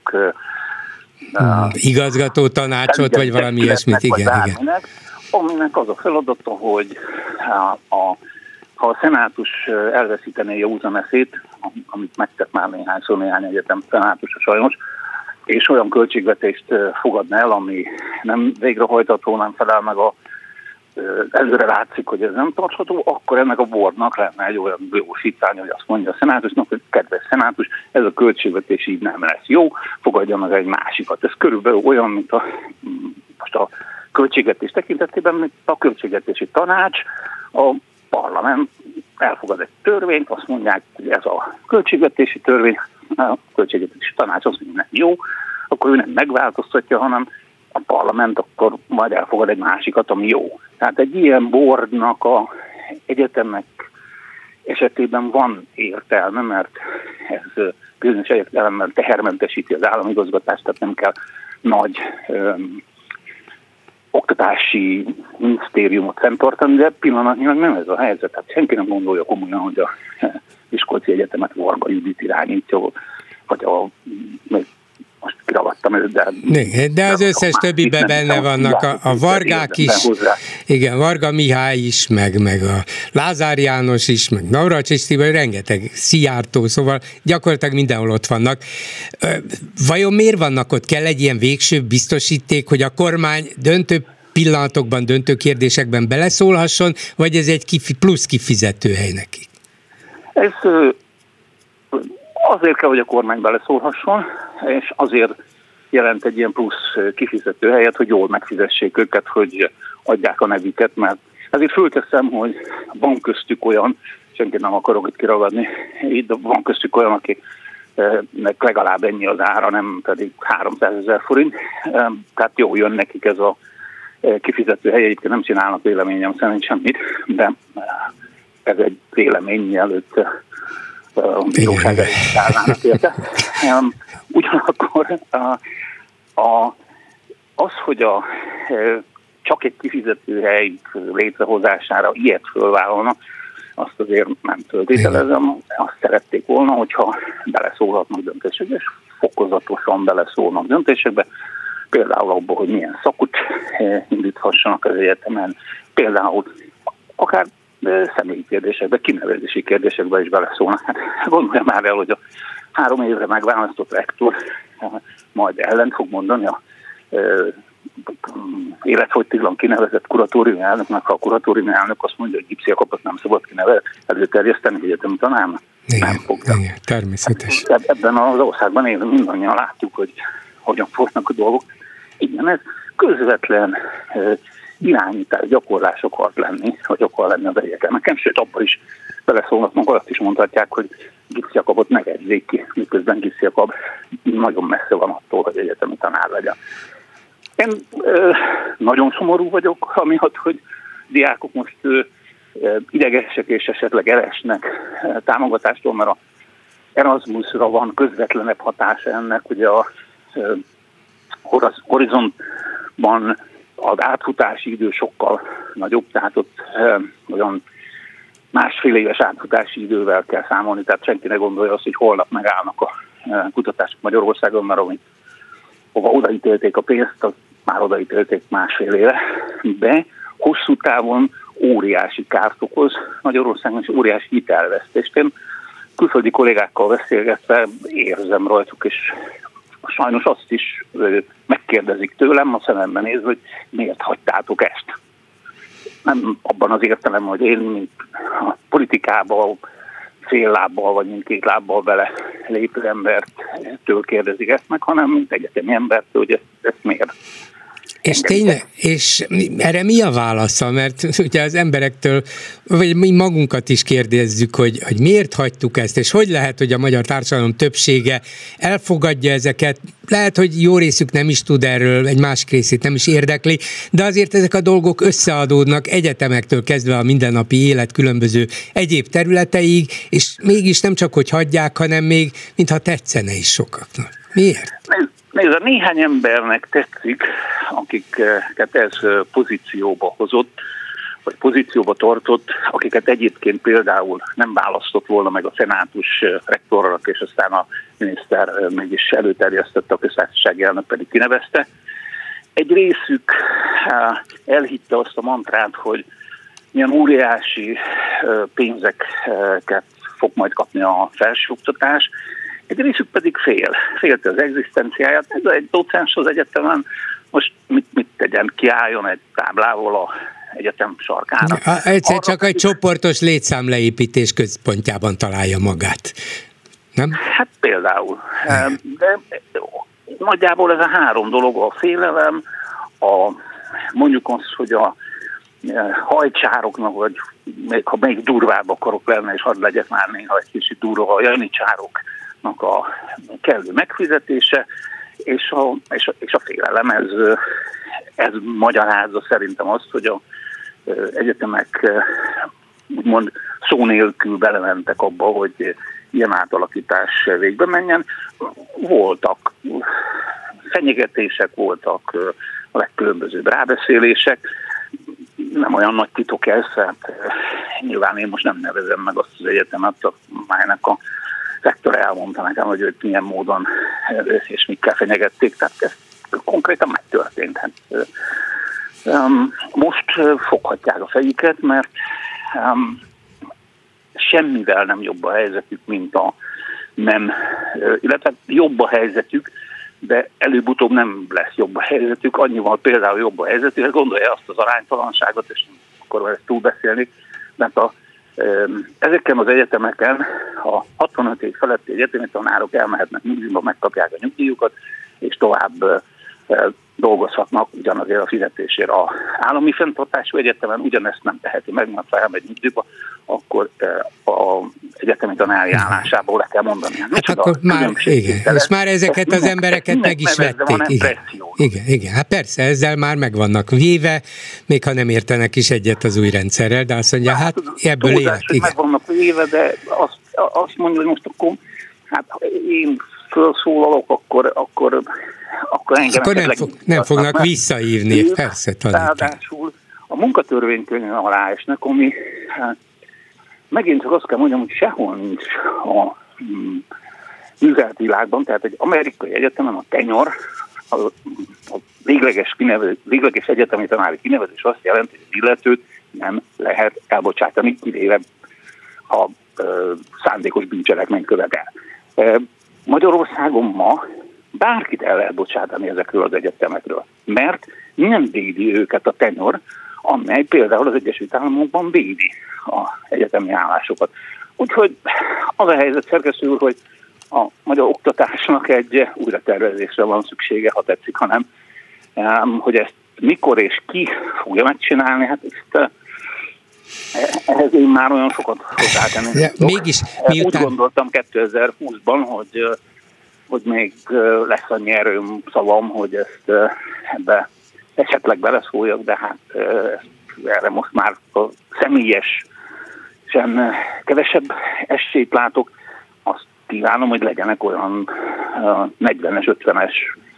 hmm, uh, igazgató tanácsot, vagy valami ilyesmit, igen, bárminek, igen. Aminek az a feladata, hogy a, a, ha a szenátus elveszítené a józaneszét, amit megtett már néhányszor néhány egyetem szenátusa sajnos, és olyan költségvetést fogadna el, ami nem végrehajtható, nem felel meg a előre látszik, hogy ez nem tartható, akkor ennek a boardnak lenne egy olyan bővosítvány, hogy azt mondja a szenátusnak, hogy kedves szenátus, ez a költségvetés így nem lesz jó, fogadja meg egy másikat. Ez körülbelül olyan, mint a, most a költségvetés tekintetében, mint a költségvetési tanács, a parlament elfogad egy törvényt, azt mondják, hogy ez a költségvetési törvény, a költségvetési tanács azt mondja, nem jó, akkor ő nem megváltoztatja, hanem a parlament akkor majd elfogad egy másikat, ami jó. Tehát egy ilyen boardnak a egyetemek esetében van értelme, mert ez bizonyos értelemben tehermentesíti az államigazgatást, tehát nem kell nagy öm, oktatási minisztériumot fenntartani, de pillanatnyilag nem ez a helyzet. Tehát senki nem gondolja komolyan, hogy a Miskolci Egyetemet Varga Judit irányítja, vagy a most kiragadtam őt, de... De az összes többiben benne vannak a, a Vargák is, igen, Varga Mihály is, meg, meg a Lázár János is, meg Navracsics Tibor, rengeteg Szijjártó, szóval gyakorlatilag mindenhol ott vannak. Vajon miért vannak ott? Kell egy ilyen végső biztosíték, hogy a kormány döntő pillanatokban, döntő kérdésekben beleszólhasson, vagy ez egy kifi, plusz kifizetőhely nekik? Ez... Azért kell, hogy a kormány beleszólhasson, és azért jelent egy ilyen plusz kifizető helyet, hogy jól megfizessék őket, hogy adják a nevüket, mert ezért fölteszem, hogy van köztük olyan, senkit nem akarok itt kiragadni, itt van köztük olyan, akinek legalább ennyi az ára, nem pedig háromszázezer forint, tehát jó jön nekik ez a kifizető hely, egyébként nem csinálnak véleményem szerint semmit, de ez egy vélemény, mielőtt bíróság előtt állnának érte. Ugyanakkor a, a, az, hogy a, csak egy kifizetőhely létrehozására ilyet fölvállalnak, azt azért nem föltételezem. Azt szerették volna, hogyha beleszólhatnak döntésekbe, és fokozatosan beleszólnak döntésekbe, például abban, hogy milyen szakot indíthassanak az egyetemen, például akár de személyi kérdésekbe, kinevezési kérdésekbe is beleszólnak. Hát gondolja már el, hogy a három évre megválasztott rektor majd ellent fog mondani a életfogytiglan kinevezett kuratóriumi elnöknek, ha a kuratóriumi elnök azt mondja, hogy Gipsz Jakabot nem szabad kinevezni, előterjeszteni egyetemi tanárnak. Nem fogja. Igen, természetes. Ebben az országban élünk, mindannyian látjuk, hogy hogyan fognak a dolgok. Igen, ez közvetlen irányítás, gyakorlás akart lenni, vagy akar lenni az egyetemeken, sőt abban is beleszólnak, maga azt is mondhatják, hogy Gipsz Jakabot nevezzék ki, miközben Gipsz Jakab nagyon messze van attól, hogy egyetemi tanár legyen. Én ö, nagyon szomorú vagyok, amiatt, hogy diákok most ö, idegesek és esetleg elesnek támogatástól, mert a Erasmusra van közvetlenebb hatása ennek, ugye a ö, Horizontban az átfutási idő sokkal nagyobb, tehát ott ö, olyan másfél éves átfutási idővel kell számolni, tehát senki ne gondolja azt, hogy holnap megállnak a kutatások Magyarországon, mert amit, hova odaítélték a pénzt, az már odaítélték másfél éve, de hosszú távon óriási kárt okoz Magyarországon, és óriási hitelvesztést. Én külföldi kollégákkal beszélgetve érzem rajtuk, és sajnos azt is megkérdezik tőlem, a szememben nézve, hogy miért hagytátok ezt. Nem abban az értelem, hogy én, mint a politikában fél lábbal, vagy mint két lábbal bele lépő embertől kérdezik ezt meg, hanem mint egyetemi embertől, hogy ezt, ezt miért. És tényleg, és erre mi a válasza? Mert ugye az emberektől, vagy mi magunkat is kérdezzük, hogy, hogy miért hagytuk ezt, és hogy lehet, hogy a magyar társadalom többsége elfogadja ezeket, lehet, hogy jó részük nem is tud erről, egy másik részét nem is érdekli, de azért ezek a dolgok összeadódnak egyetemektől kezdve a mindennapi élet különböző egyéb területeig, és mégis nem csak, hogy hagyják, hanem még, mintha tetszene is sokaknak. Miért? Nézd, néhány embernek tetszik, akiket ez pozícióba hozott, vagy pozícióba tartott, akiket egyébként például nem választott volna meg a szenátus rektornak, és aztán a miniszter mégis előterjesztette, a köztársasági elnök pedig kinevezte. Egy részük elhitte azt a mantrát, hogy milyen óriási pénzeket fog majd kapni a felsőoktatás, egy részük pedig fél, félte az egzisztenciáját. Ez egy docens az egyetemen, most mit, mit tegyen, kiálljon egy táblával a egyetem sarkára. Egyszer Arra csak egy csoportos létszámleépítés központjában találja magát, nem? Hát például. De nagyjából ez a három dolog, a félelem, a, mondjuk azt, hogy a hajcsároknak, vagy még, ha még durvább akarok lenni, és hadd legyek már néha egy kicsit durva, a janicsárok a kellő megfizetése, és a, és a, és a félelem, ez, ez magyarázza szerintem azt, hogy az egyetemek úgymond szó nélkül belementek abba, hogy ilyen átalakítás végbe menjen. Voltak fenyegetések, voltak a legkülönbözőbb rábeszélések, nem olyan nagy titok ez, hát nyilván én most nem nevezem meg azt az egyetemet, amelynek a rektor elmondta nekem, hogy őt milyen módon és mikkel fenyegették, tehát ez konkrétan megtörtént. Hát, um, most foghatják a fejüket, mert um, semmivel nem jobb a helyzetük, mint a nem, illetve jobb a helyzetük, de előbb-utóbb nem lesz jobb a helyzetük, annyival például jobb a helyzetük, hogy gondolja azt az aránytalanságot, és akkor ezt túlbeszélni, mert a ezeken az egyetemeken a hatvanöt év feletti egyetemi tanárok elmehetnek nyugdíjba, megkapják a nyugdíjukat, és tovább dolgozhatnak ugyanazért a fizetésért. Az állami fenntartású egyetemen ugyanezt nem teheti meg, mert ha elmegy nyugdíjba, akkor az egyetemi tanári állásából le kell mondani. Hát akkor már, igen, és már ezeket az embereket meg is vették. Igen, igen, igen, hát persze, ezzel már meg vannak véve, még ha nem értenek is egyet az új rendszerrel, de azt mondja, hát ebből élek. Meg vannak véve, de azt, azt mondja, hogy most akkor, hát én felszólalok, akkor, akkor, akkor engem... Akkor nem, fog, nem fognak mert visszahívni, ők, persze tanítani. Ráadásul a munkatörvénykönyv alá esnek, ami hát, megint csak azt kell mondjam, hogy sehol nincs a mm, művelt világban, tehát egy amerikai egyetemen a tenyor, a, a végleges, kinevezés, végleges egyetemi tanári kinevezés azt jelenti, hogy az illetőt nem lehet elbocsátani, kivéve ha ö, szándékos bűncselekményt követel. E, Magyarországon ma bárkit el lehet bocsátani ezekről az egyetemekről, mert nem védi őket a tenyor, amely például az Egyesült Államokban védi az egyetemi állásokat. Úgyhogy az a helyzet, szerkesztő úr, hogy a magyar oktatásnak egy újratervezésre van szüksége, ha tetszik, hanem hogy ezt mikor és ki fogja megcsinálni, hát ezt ehhez én már olyan sokat hozzátenni. Ja, mégis, miután... Úgy gondoltam kétezer-húszban, hogy hogy még lesz annyi erőm, szavam, hogy ezt ebbe esetleg beleszóljak, de hát erre most már a személyes sem kevesebb esélyt látok. Azt kívánom, hogy legyenek olyan negyvenes, ötvenes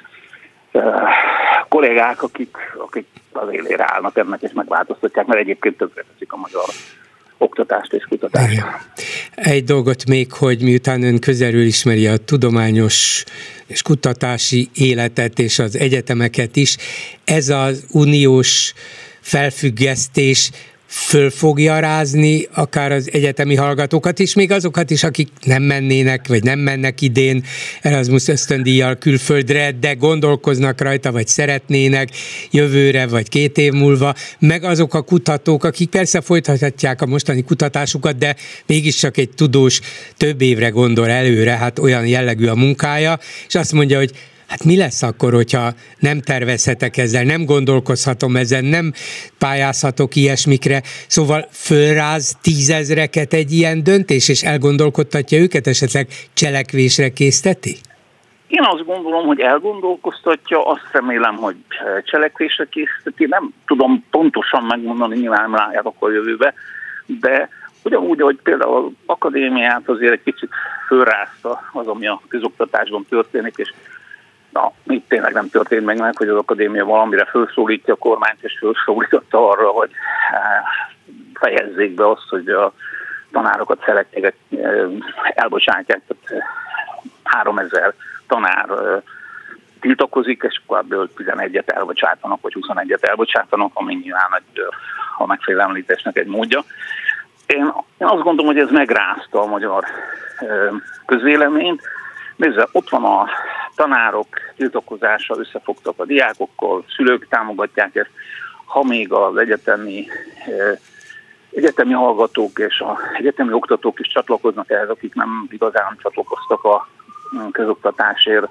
kollégák, akik, akik az élére állnak ennek és megváltoztatják, mert egyébként többre teszik a magyar oktatást és kutatást. Egy dolgot még, hogy miután ön közelről ismeri a tudományos és kutatási életet és az egyetemeket is, ez az uniós felfüggesztés föl fogja rázni akár az egyetemi hallgatókat is, még azokat is, akik nem mennének, vagy nem mennek idén Erasmus ösztöndíjjal külföldre, de gondolkoznak rajta, vagy szeretnének jövőre, vagy két év múlva, meg azok a kutatók, akik persze folytathatják a mostani kutatásukat, de mégiscsak egy tudós több évre gondol előre, hát olyan jellegű a munkája, és azt mondja, hogy hát mi lesz akkor, hogyha nem tervezhetek ezzel, nem gondolkozhatom ezen, nem pályázhatok ilyesmikre, szóval fölráz tízezreket egy ilyen döntés, és elgondolkodtatja őket, esetleg cselekvésre készteti? Én azt gondolom, hogy elgondolkoztatja, azt remélem, hogy cselekvésre készíteti, nem tudom pontosan megmondani, nyilván nem látják akkor a jövőbe, de ugyanúgy, hogy például az akadémiát azért egy kicsit fölrázta az, ami a közoktatásban történik, és na, itt tényleg nem történt meg meg, hogy az akadémia valamire felszólítja a kormányt, és felszólította arra, hogy fejezzék be azt, hogy a tanárokat szeretnék elbocsátják, tehát háromezer tanár tiltakozik, és akkor ebből tizenegyet elbocsátanak, vagy huszonegyet elbocsátanak, ami nyilván egy, a megfélemlítésnek egy módja. Én, én azt gondolom, hogy ez megrázta a magyar közvéleményt. Nézze, ott van a tanárok tiltakozása, összefogtak a diákokkal, szülők támogatják ezt, ha még az egyetemi, egyetemi hallgatók és az egyetemi oktatók is csatlakoznak ehhez, akik nem igazán csatlakoztak a közoktatásért,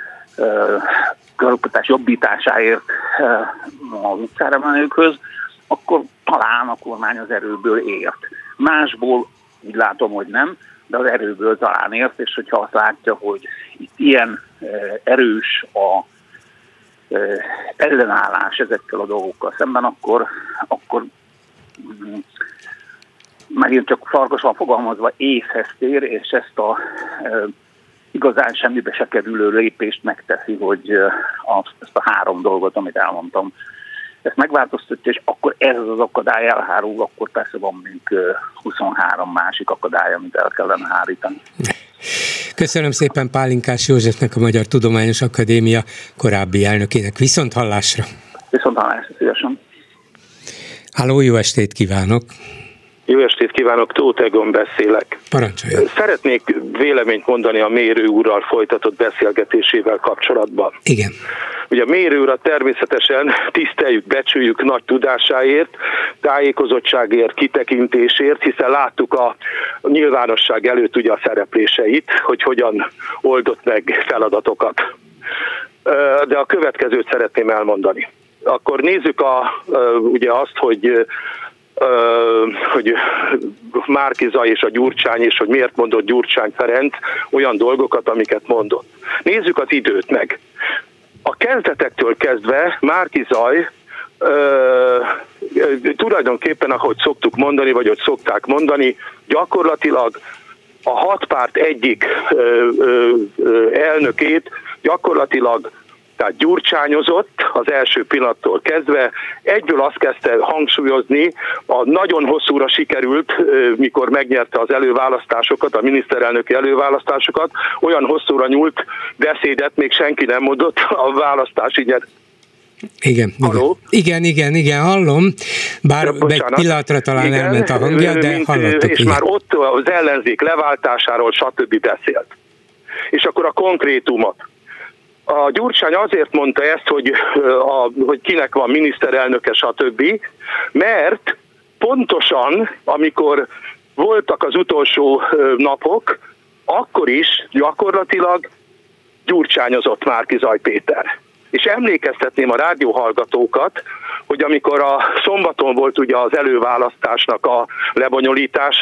közoktatás jobbításáért az utcára menőkhöz, akkor talán a kormány az erőből ért. Másból úgy látom, hogy nem, de az erőből talán ért, és hogyha azt látja, hogy itt ilyen erős a ellenállás ezekkel a dolgokkal szemben, akkor, akkor megint csak farkasan fogalmazva észhez tér, és ezt a e, igazán semmibe se kerülő lépést megteszi, hogy a, ezt a három dolgot, amit elmondtam, ezt megváltoztatja, és akkor ez az akadály elhárul, akkor persze van még huszonhárom másik akadály, amit el kellene hárítani. Köszönöm szépen Pálinkás Józsefnek, a Magyar Tudományos Akadémia korábbi elnökének. Viszont hallásra! Viszont hallásra, szívesen! Halló, jó estét kívánok! Jó estét kívánok, Tóth Egon beszélek. Parancsoljon. Szeretnék véleményt mondani a Mérő úrral folytatott beszélgetésével kapcsolatban. Igen. Ugye a Mérő urat természetesen tiszteljük, becsüljük nagy tudásáért, tájékozottságért, kitekintésért, hiszen láttuk a nyilvánosság előtt ugye a szerepléseit, hogy hogyan oldott meg feladatokat. De a következőt szeretném elmondani. Akkor nézzük a, ugye azt, hogy hogy Márki-Zay és a Gyurcsány, és hogy miért mondott Gyurcsány Ferenc olyan dolgokat, amiket mondott. Nézzük az időt meg. A kezdetektől kezdve Márki-Zay tulajdonképpen, ahogy szoktuk mondani, vagy hogy szokták mondani, gyakorlatilag a hat párt egyik ö, ö, ö, elnökét gyakorlatilag tehát gyurcsányozott az első pillanattól kezdve, egyből azt kezdte hangsúlyozni, a nagyon hosszúra sikerült, mikor megnyerte az előválasztásokat, a miniszterelnöki előválasztásokat, olyan hosszúra nyúlt beszédet még senki nem mondott a választási nyer. Igen, igen, igen, igen, igen, hallom, bár ja, egy pillanatra talán igen, elment a hangja, de mint, hallottuk. És igen. Már ott az ellenzék leváltásáról stb. Beszélt. És akkor a konkrétumot. A Gyurcsány azért mondta ezt, hogy, a, hogy kinek van miniszterelnöke, stb., mert pontosan, amikor voltak az utolsó napok, akkor is gyakorlatilag gyurcsányozott Márki-Zay Péter. És emlékeztetném a rádióhallgatókat, hogy amikor a szombaton volt ugye az előválasztásnak a lebonyolítása,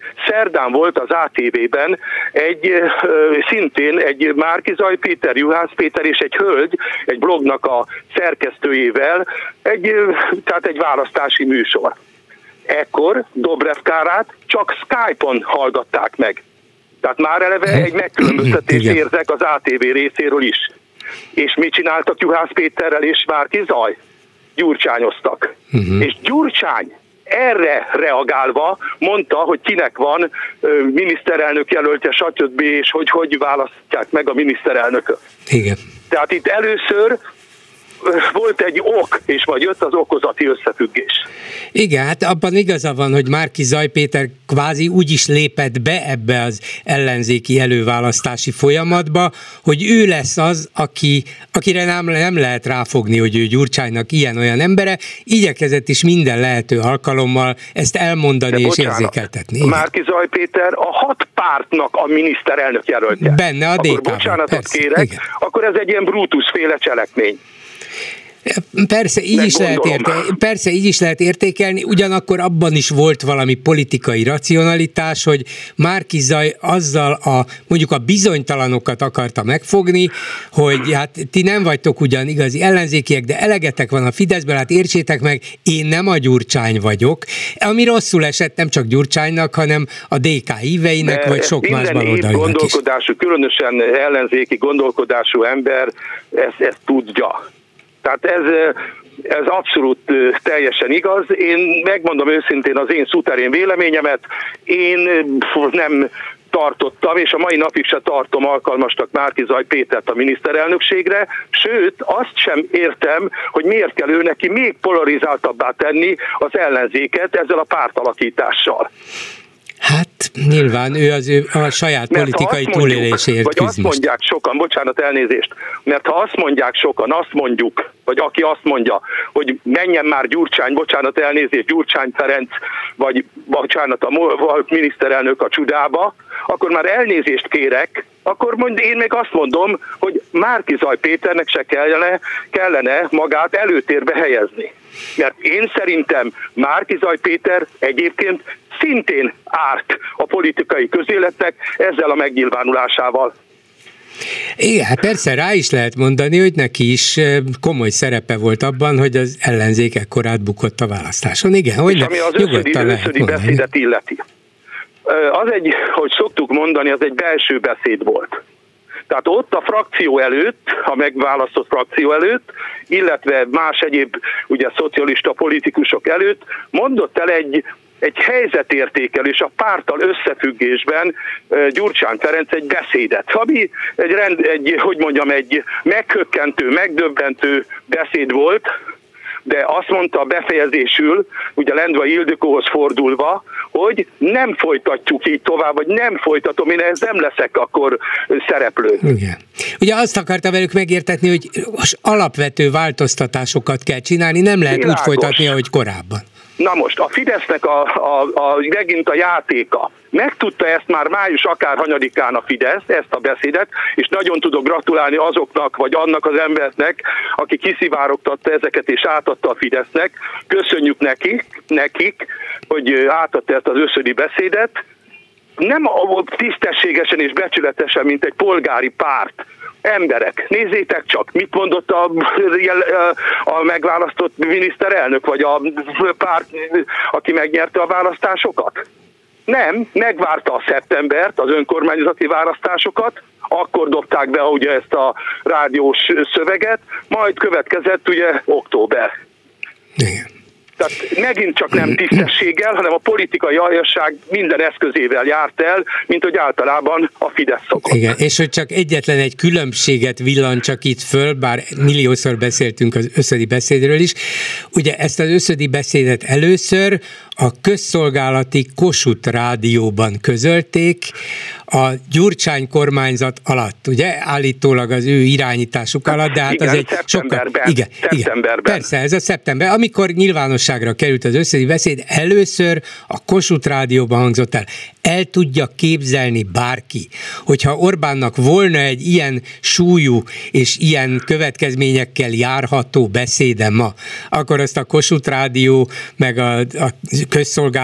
Szerdán volt az á té vében egy szintén egy Márki-Zay Péter, Juhász Péter és egy hölgy, egy blognak a szerkesztőjével, egy, tehát egy választási műsor. Ekkor Dobrev Kárát csak Skype-on hallgatták meg. Tehát már eleve egy megkülönböztetést érzek az á té vé részéről is. És mit csináltak Juhász Péterrel és Márki-Zay? Gyurcsányoztak. Uh-huh. És Gyurcsány erre reagálva mondta, hogy kinek van miniszterelnök jelöltje, stb. És hogy hogy választják meg a miniszterelnököt. Igen. Tehát itt először volt egy ok, és vagy jött az okozati összefüggés. Igen, hát abban igaza van, hogy Márki-Zay Péter kvázi úgy is lépett be ebbe az ellenzéki előválasztási folyamatba, hogy ő lesz az, aki, akire nem, nem lehet ráfogni, hogy ő Gyurcsánynak ilyen-olyan embere, igyekezett is minden lehető alkalommal ezt elmondani és érzékeltetni. Márki-Zay Péter a hat pártnak a miniszterelnök jelöltje. Benne a dé ká-ban. Akkor bocsánatot persze, kérek, igen. Akkor ez egy ilyen Brutus-féle cselekmény. Persze így, is lehet érte, persze, így is lehet értékelni, ugyanakkor abban is volt valami politikai racionalitás, hogy Márki-Zay azzal a, mondjuk a bizonytalanokat akarta megfogni, hogy hát ti nem vagytok ugyan igazi ellenzékiek, de elegetek van a Fideszből, hát értsétek meg, én nem a Gyurcsány vagyok, ami rosszul esett nem csak Gyurcsánynak, hanem a dé ká híveinek, de vagy sok más baloldalinak is. Gondolkodású, különösen ellenzéki gondolkodású ember ezt, ezt tudja. Tehát ez, ez abszolút teljesen igaz. Én megmondom őszintén az én szuterén véleményemet, én nem tartottam, és a mai napig se tartom alkalmasnak Márki-Zay Pétert a miniszterelnökségre, sőt, azt sem értem, hogy miért kell ő neki még polarizáltabbá tenni az ellenzéket ezzel a pártalakítással. Hát nyilván ő az ő a saját mert politikai túléléséért küzd. Vagy azt mondják sokan, bocsánat, elnézést, mert ha azt mondják sokan, azt mondjuk, vagy aki azt mondja, hogy menjen már Gyurcsány, bocsánat, elnézést, Gyurcsány Ferenc, vagy bocsánat, a miniszterelnök a csudába, akkor már elnézést kérek, akkor mond, én még azt mondom, hogy Márki-Zay Péternek se kellene, kellene magát előtérbe helyezni. Mert én szerintem Márki-Zay Péter egyébként szintén árt a politikai közéletnek ezzel a megnyilvánulásával. Igen, hát persze rá is lehet mondani, hogy neki is komoly szerepe volt abban, hogy az ellenzék ekkorát bukott a választáson. Igen, hogy és ami az összödi beszédet illeti. Az egy, hogy szoktuk mondani, az egy belső beszéd volt. Tehát ott a frakció előtt, a megválasztott frakció előtt, illetve más egyéb ugye szocialista politikusok előtt mondott el egy, egy helyzetértékelés a párttal összefüggésben Gyurcsány Ferenc egy beszédet, ami egy, rend, egy, hogy mondjam, egy meghökkentő, megdöbbentő beszéd volt, de azt mondta befejezésül, ugye Lendvai Ildikóhoz fordulva, hogy nem folytatjuk így tovább, vagy nem folytatom, én ez nem leszek akkor szereplő. Igen. Ugye azt akarta velük megértetni, hogy alapvető változtatásokat kell csinálni, nem lehet Világos. Úgy folytatni, ahogy korábban. Na most, a Fidesznek a, a, a, megint a játéka. Megtudta ezt már május akárhanyadikán a Fidesz, ezt a beszédet, és nagyon tudok gratulálni azoknak, vagy annak az embernek, aki kiszivárogtatta ezeket és átadta a Fidesznek. Köszönjük nekik, nekik, hogy átadta ezt az összödi beszédet. Nem tisztességesen és becsületesen, mint egy polgári párt. Emberek, nézzétek csak, mit mondott a, a megválasztott miniszterelnök, vagy a párt, aki megnyerte a választásokat? Nem, megvárta a szeptembert, az önkormányzati választásokat, akkor dobták be ugye ezt a rádiós szöveget, majd következett ugye október. Igen. Tehát megint csak nem tisztességgel, hanem a politikai aljasság minden eszközével járt el, mint hogy általában a Fidesz szokott. Igen, és hogy csak egyetlen egy különbséget villan csak itt föl, bár milliószor beszéltünk az összödi beszédről is, ugye ezt az összödi beszédet először a közszolgálati Kossuth rádióban közölték, a Gyurcsány kormányzat alatt, ugye? Állítólag az ő irányításuk alatt, de hát igen, az egy sokkal... Igen, igen, persze, ez a szeptember, amikor nyilvánosságra került az összödi beszéd, először a Kossuth rádióban hangzott el. El tudja képzelni bárki, hogyha Orbánnak volna egy ilyen súlyú és ilyen következményekkel járható beszéde ma, akkor azt a Kossuth rádió meg a, a közszolgálat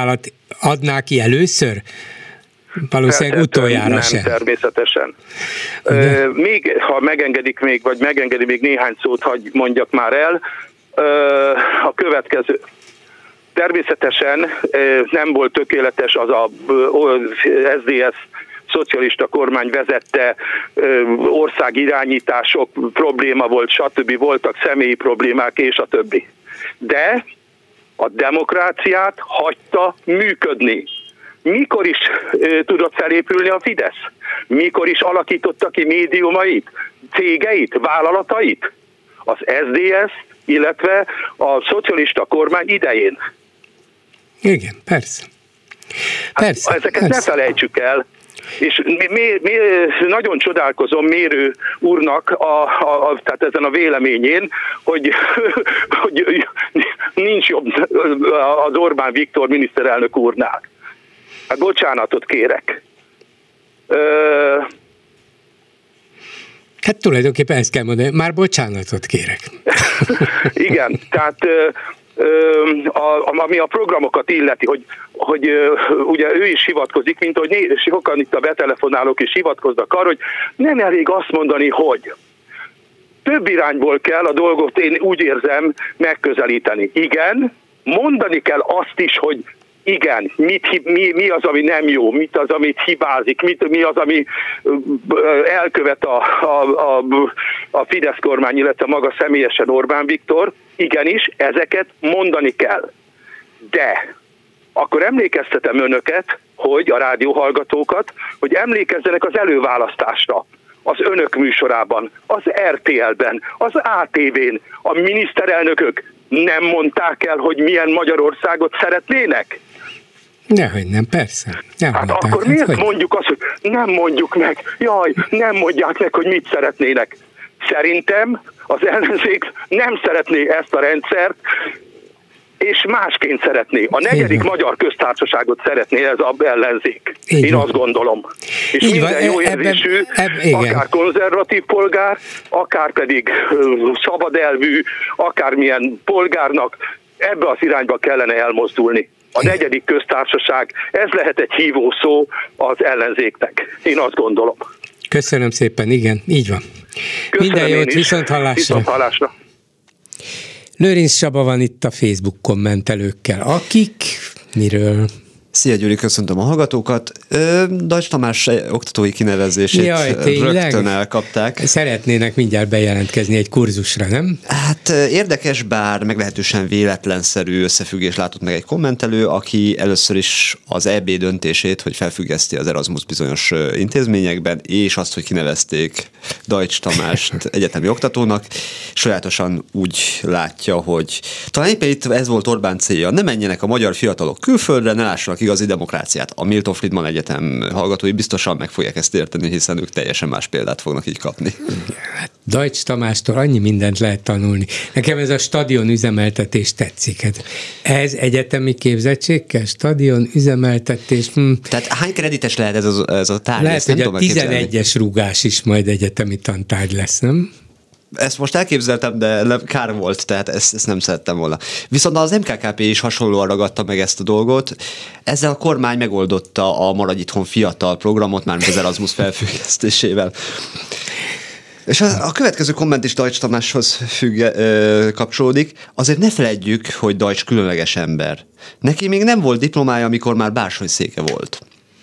adná ki először? Valószínűleg utoljára nem, sem. Természetesen. De. Még, ha megengedik még, vagy megengedi még néhány szót, hagy mondjak már el. A következő. Természetesen nem volt tökéletes az a es zé es szocialista kormány vezette országirányítások, probléma volt, stb. Voltak személyi problémák, és a többi. De a demokráciát hagyta működni. Mikor is e, tudott felépülni a Fidesz? Mikor is alakította ki médiumait, cégeit, vállalatait? Az es dé es, illetve a szocialista kormány idején. Igen, persze. persze hát, ezeket persze. ne felejtsük el. És mi, mi, mi, nagyon csodálkozom Mérő úrnak a, a, a, tehát ezen a véleményén, hogy, hogy nincs jobb az Orbán Viktor miniszterelnök úrnál. Hát bocsánatot kérek. Ö... Hát tulajdonképpen ezt kell mondani, már bocsánatot kérek. Igen, tehát a, ami a programokat illeti, hogy, hogy ugye ő is hivatkozik, mint hogy sokan itt a betelefonálók is hivatkoznak arra, hogy nem elég azt mondani, hogy több irányból kell a dolgot, én úgy érzem, megközelíteni. Igen, mondani kell azt is, hogy igen, mit, mi, mi az, ami nem jó, mit az, amit hibázik, mit, mi az, ami elkövet a, a, a, a Fidesz kormány, illetve maga személyesen Orbán Viktor. Igenis, ezeket mondani kell. De akkor emlékeztetem önöket, hogy a rádióhallgatókat, hogy emlékezzenek az előválasztásra. Az önök műsorában, az er té el-ben, az á té vén a miniszterelnökök nem mondták el, hogy milyen Magyarországot szeretnének? Nehogy nem, persze. Nem hát mondták, akkor miért hogy... mondjuk azt, hogy nem mondjuk meg, jaj, nem mondják meg, hogy mit szeretnének. Szerintem az ellenzék nem szeretné ezt a rendszert, és másként szeretné. A negyedik magyar köztársaságot szeretné ez az ellenzék. Így Én van. azt gondolom. És Így minden van, jó ebben, érzésű, ebben, akár konzervatív polgár, akár pedig szabadelvű, akármilyen polgárnak ebbe az irányba kellene elmozdulni. A negyedik köztársaság, ez lehet egy hívó szó az ellenzéknek. Én azt gondolom. Köszönöm szépen, igen, így van. Köszönöm. Minden jót, viszont hallásra. Viszont hallásra. Lőrinc Csaba van itt a Facebook kommentelőkkel. Akik, miről? Szia Gyuri, köszöntöm a hallgatókat. Dajcs Tamás oktatói kinevezését Jaj, rögtön elkapták. Szeretnének mindjárt bejelentkezni egy kurzusra, nem? Hát érdekes, bár meglehetősen véletlenszerű összefüggés látott meg egy kommentelő, aki először is az é bé döntését, hogy felfüggeszti az Erasmus bizonyos intézményekben, és azt, hogy kinevezték Dajcs Tamást egyetemi oktatónak, sajátosan úgy látja, hogy talán éppen itt ez volt Orbán célja, ne menjenek a magyar fiatalok külföldre, ne lássanak igazi demokráciát. A Milton Friedman Egyetem hallgatói biztosan meg fogják ezt érteni, hiszen ők teljesen más példát fognak így kapni. Hát Dajcs Tamástól annyi mindent lehet tanulni. Nekem ez a stadion üzemeltetés tetszik. Hát ez egyetemi képzettség kell? Stadion üzemeltetés. Hm. Tehát hány kredites lehet ez a, ez a tárgy? Lehet, hogy a tizenegyes rúgás is majd egyetemi tantárgy lesz, nem? Ezt most elképzeltem, de kár volt, tehát ezt, ezt nem szerettem volna. Viszont az em ká ká pé is hasonlóan ragadta meg ezt a dolgot. Ezzel a kormány megoldotta a Maradj Itthon fiatal programot, mármint az Erasmus felfüggesztésével. És a, a következő komment is Dajcs Tamáshoz függe, ö, kapcsolódik. Azért ne feledjük, hogy Dajcs különleges ember. Neki még nem volt diplomája, amikor már bársonyszéke volt.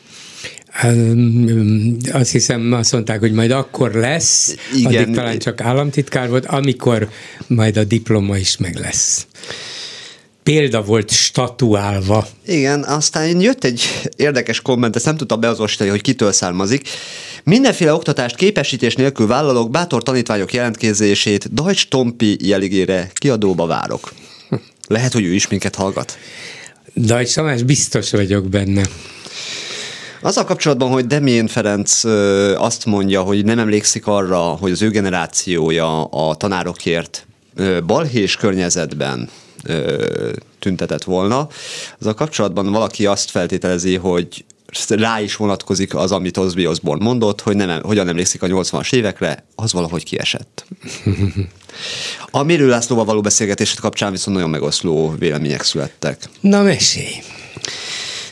Azt hiszem, azt mondták, hogy majd akkor lesz, igen, addig talán csak államtitkár volt, amikor majd a diploma is meg lesz. Példa volt statuálva. Igen, aztán jött egy érdekes komment, ezt nem tudtam beazonosítani, hogy kitől származik. Mindenféle oktatást képesítés nélkül vállalok, bátor tanítványok jelentkezését Dajcs Tompi jeligére kiadóba várok. Lehet, hogy ő is minket hallgat. Dajcs Tamás, biztos vagyok benne. Azzal kapcsolatban, hogy Demjén Ferenc ö, azt mondja, hogy nem emlékszik arra, hogy az ő generációja a tanárokért ö, balhés környezetben ö, tüntetett volna. Azzal kapcsolatban valaki azt feltételezi, hogy rá is vonatkozik az, amit Ozzy Osbourne mondott, hogy nem, hogyan emlékszik a nyolcvanas évekre, az valahogy kiesett. A Mérő Lászlóval való beszélgetését kapcsán viszont nagyon megoszló vélemények születtek. Na mesélj!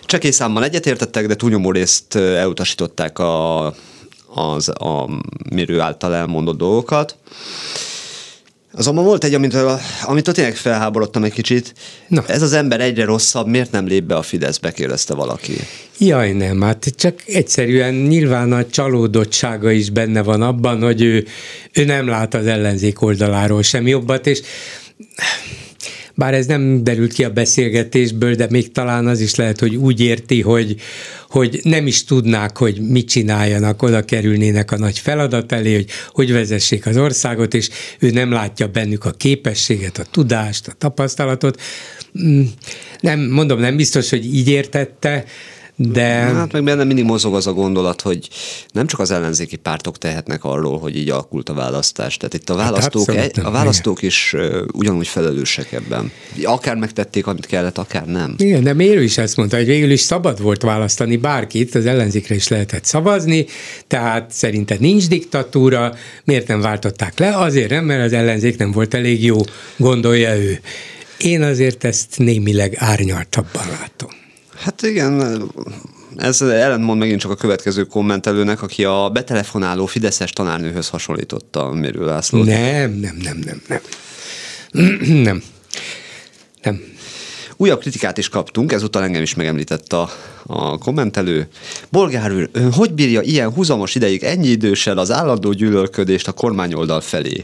Csekély számban egyetértettek, de túlnyomó részt elutasították a, az, a mérő által elmondott dolgokat. Azonban volt egy, amitől, amitől tényleg felháborodtam egy kicsit. Na. Ez az ember egyre rosszabb, miért nem lép be a Fideszbe, kérdezte valaki. Jaj, nem, hát csak egyszerűen nyilván a csalódottsága is benne van abban, hogy ő, ő nem lát az ellenzék oldaláról sem jobbat, és bár ez nem derült ki a beszélgetésből, de még talán az is lehet, hogy úgy érti, hogy, hogy nem is tudnák, hogy mit csináljanak, oda kerülnének a nagy feladat elé, hogy hogy vezessék az országot, és ő nem látja bennük a képességet, a tudást, a tapasztalatot. Nem, mondom, nem biztos, hogy így értette, de... Hát meg benne mindig mozog az a gondolat, hogy nem csak az ellenzéki pártok tehetnek arról, hogy így alakult a választás. Tehát itt a választók, hát a választók is uh, ugyanúgy felelősek ebben. Akár megtették, amit kellett, akár nem. Igen, de Mérő is ezt mondta, hogy végül is szabad volt választani bárkit, az ellenzékre is lehetett szavazni, tehát szerinte nincs diktatúra, miért nem váltották le? Azért nem, mert az ellenzék nem volt elég jó, gondolja ő. Én azért ezt némileg árnyaltabban látom. Hát igen, ez ellentmond megint csak a következő kommentelőnek, aki a betelefonáló fideszes tanárnőhöz hasonlította Mérő Lászlót. Nem, nem, nem, nem, nem. Nem. Nem. Újabb kritikát is kaptunk, ezúttal engem is megemlített a, a kommentelő. Bolgár úr, ön hogy bírja ilyen húzamos ideig ennyi időssel az állandó gyűlölködést a kormányoldal felé?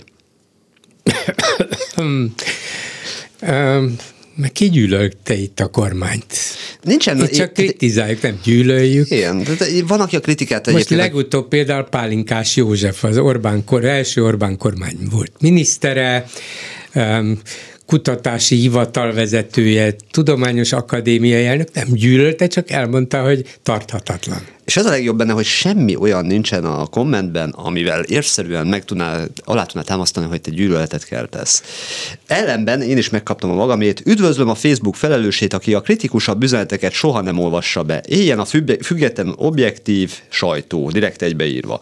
um, Meg ki gyűlölte itt a kormányt? Nincsen. Itt csak kritizáljuk, nem gyűlöljük. Igen, van, aki a kritikát egyébként... Most legutóbb például Pálinkás József, az Orbán kor, első Orbán kormány volt minisztere, kutatási hivatal vezetője, tudományos akadémiai elnök, nem gyűlölte, csak elmondta, hogy tarthatatlan. És ez a legjobb benne, hogy semmi olyan nincsen a kommentben, amivel érszerűen meg tudná, alá tudná támasztani, hogy te gyűlöletet keltesz. Ellenben én is megkaptam a magamét. Üdvözlöm a Facebook felelősét, aki a kritikusabb üzeneteket soha nem olvassa be. Éljen a független, objektív sajtó, direkt egybeírva.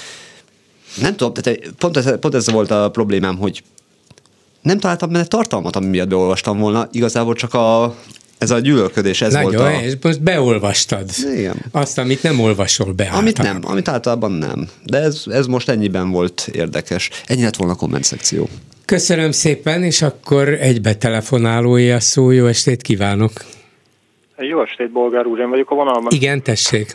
Nem tudom, tehát pont ez, pont ez volt a problémám, hogy nem találtam benne tartalmat, ami miatt beolvastam volna, igazából csak a, ez a gyűlölködés, ez Nagyon, volt a... és most beolvastad. Igen. Azt, amit nem olvasol be. Amit általában. nem, amit általában nem. De ez, ez most ennyiben volt érdekes. Ennyi lett volna a komment szekció. Köszönöm szépen, és akkor egy betelefonálója a szó. Jó estét kívánok! Jó estét, Bolgár úr, én vagyok a vonalban. Igen, tessék.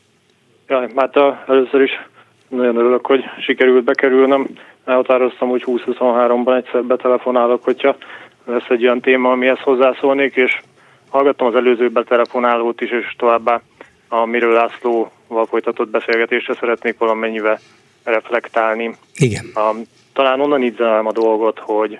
Ja, hát a, először is nagyon örülök, hogy sikerült bekerülnöm. Elhatároztam, hogy húsz-huszonháromban egyszer betelefonálok, hogyha lesz egy olyan téma, amihez hozzászólnék, és hallgattam az előző betelefonálót is, és továbbá a Mérő Lászlóval folytatott beszélgetésre szeretnék valamennyivel reflektálni. Igen. A, talán onnan idézem a dolgot, hogy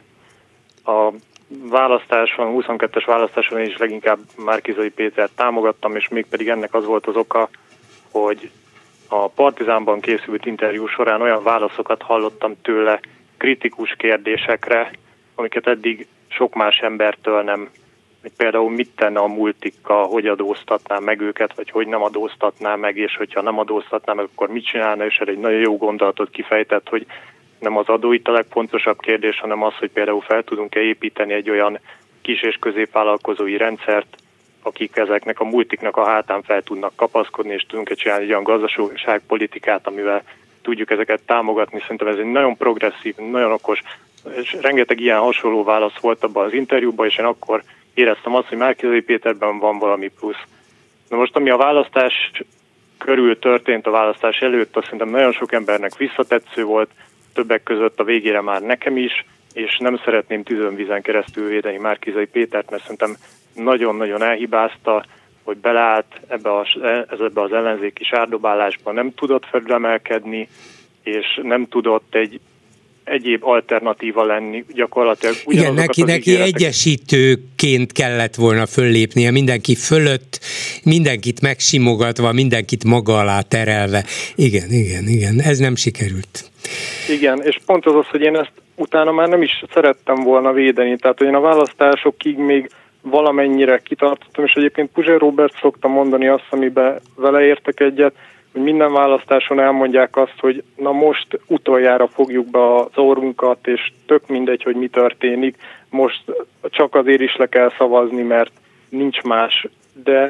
a választáson, huszonkettes választáson én is leginkább Márki-Zay Pétert támogattam, és mégpedig ennek az volt az oka, hogy a Partizánban készült interjú során olyan válaszokat hallottam tőle kritikus kérdésekre, amiket eddig sok más embertől nem. Például mit tenne a multikkal, hogy adóztatná meg őket, vagy hogy nem adóztatná meg, és hogyha nem adóztatná meg, akkor mit csinálna, és erre egy nagyon jó gondolatot kifejtett, hogy nem az adó itt a legfontosabb kérdés, hanem az, hogy például fel tudunk-e építeni egy olyan kis- és középvállalkozói rendszert, akik ezeknek a multiknak a hátán fel tudnak kapaszkodni, és tudunk-e csinálni egy olyan gazdaságpolitikát, amivel tudjuk ezeket támogatni. Szerintem ez egy nagyon progresszív, nagyon okos, és rengeteg ilyen hasonló válasz volt abban az interjúban, és én akkor éreztem azt, hogy Márki-Zay Péterben van valami plusz. Na most, ami a választás körül történt, a választás előtt, azt szerintem nagyon sok embernek visszatetsző volt, többek között a végére már nekem is, és nem szeretném tüzönvízen keresztül védeni Márki-Zay Pétert, mert szerintem nagyon-nagyon elhibázta, hogy beleállt ebbe, a, ebbe az ellenzéki sárdobálásba, nem tudott felülemelkedni, és nem tudott egy egyéb alternatíva lenni, gyakorlatilag igen, neki, neki egyesítőként kellett volna föllépnie, mindenki fölött, mindenkit megsimogatva, mindenkit maga alá terelve. Igen, igen, igen, ez nem sikerült. Igen, és pont az az, hogy én ezt utána már nem is szerettem volna védeni, tehát hogy én a választásokig még valamennyire kitartottam, és egyébként Puzsér Róbert szokta mondani azt, amiben vele értek egyet, hogy minden választáson elmondják azt, hogy na most utoljára fogjuk be az orrunkat, és tök mindegy, hogy mi történik, most csak azért is le kell szavazni, mert nincs más. De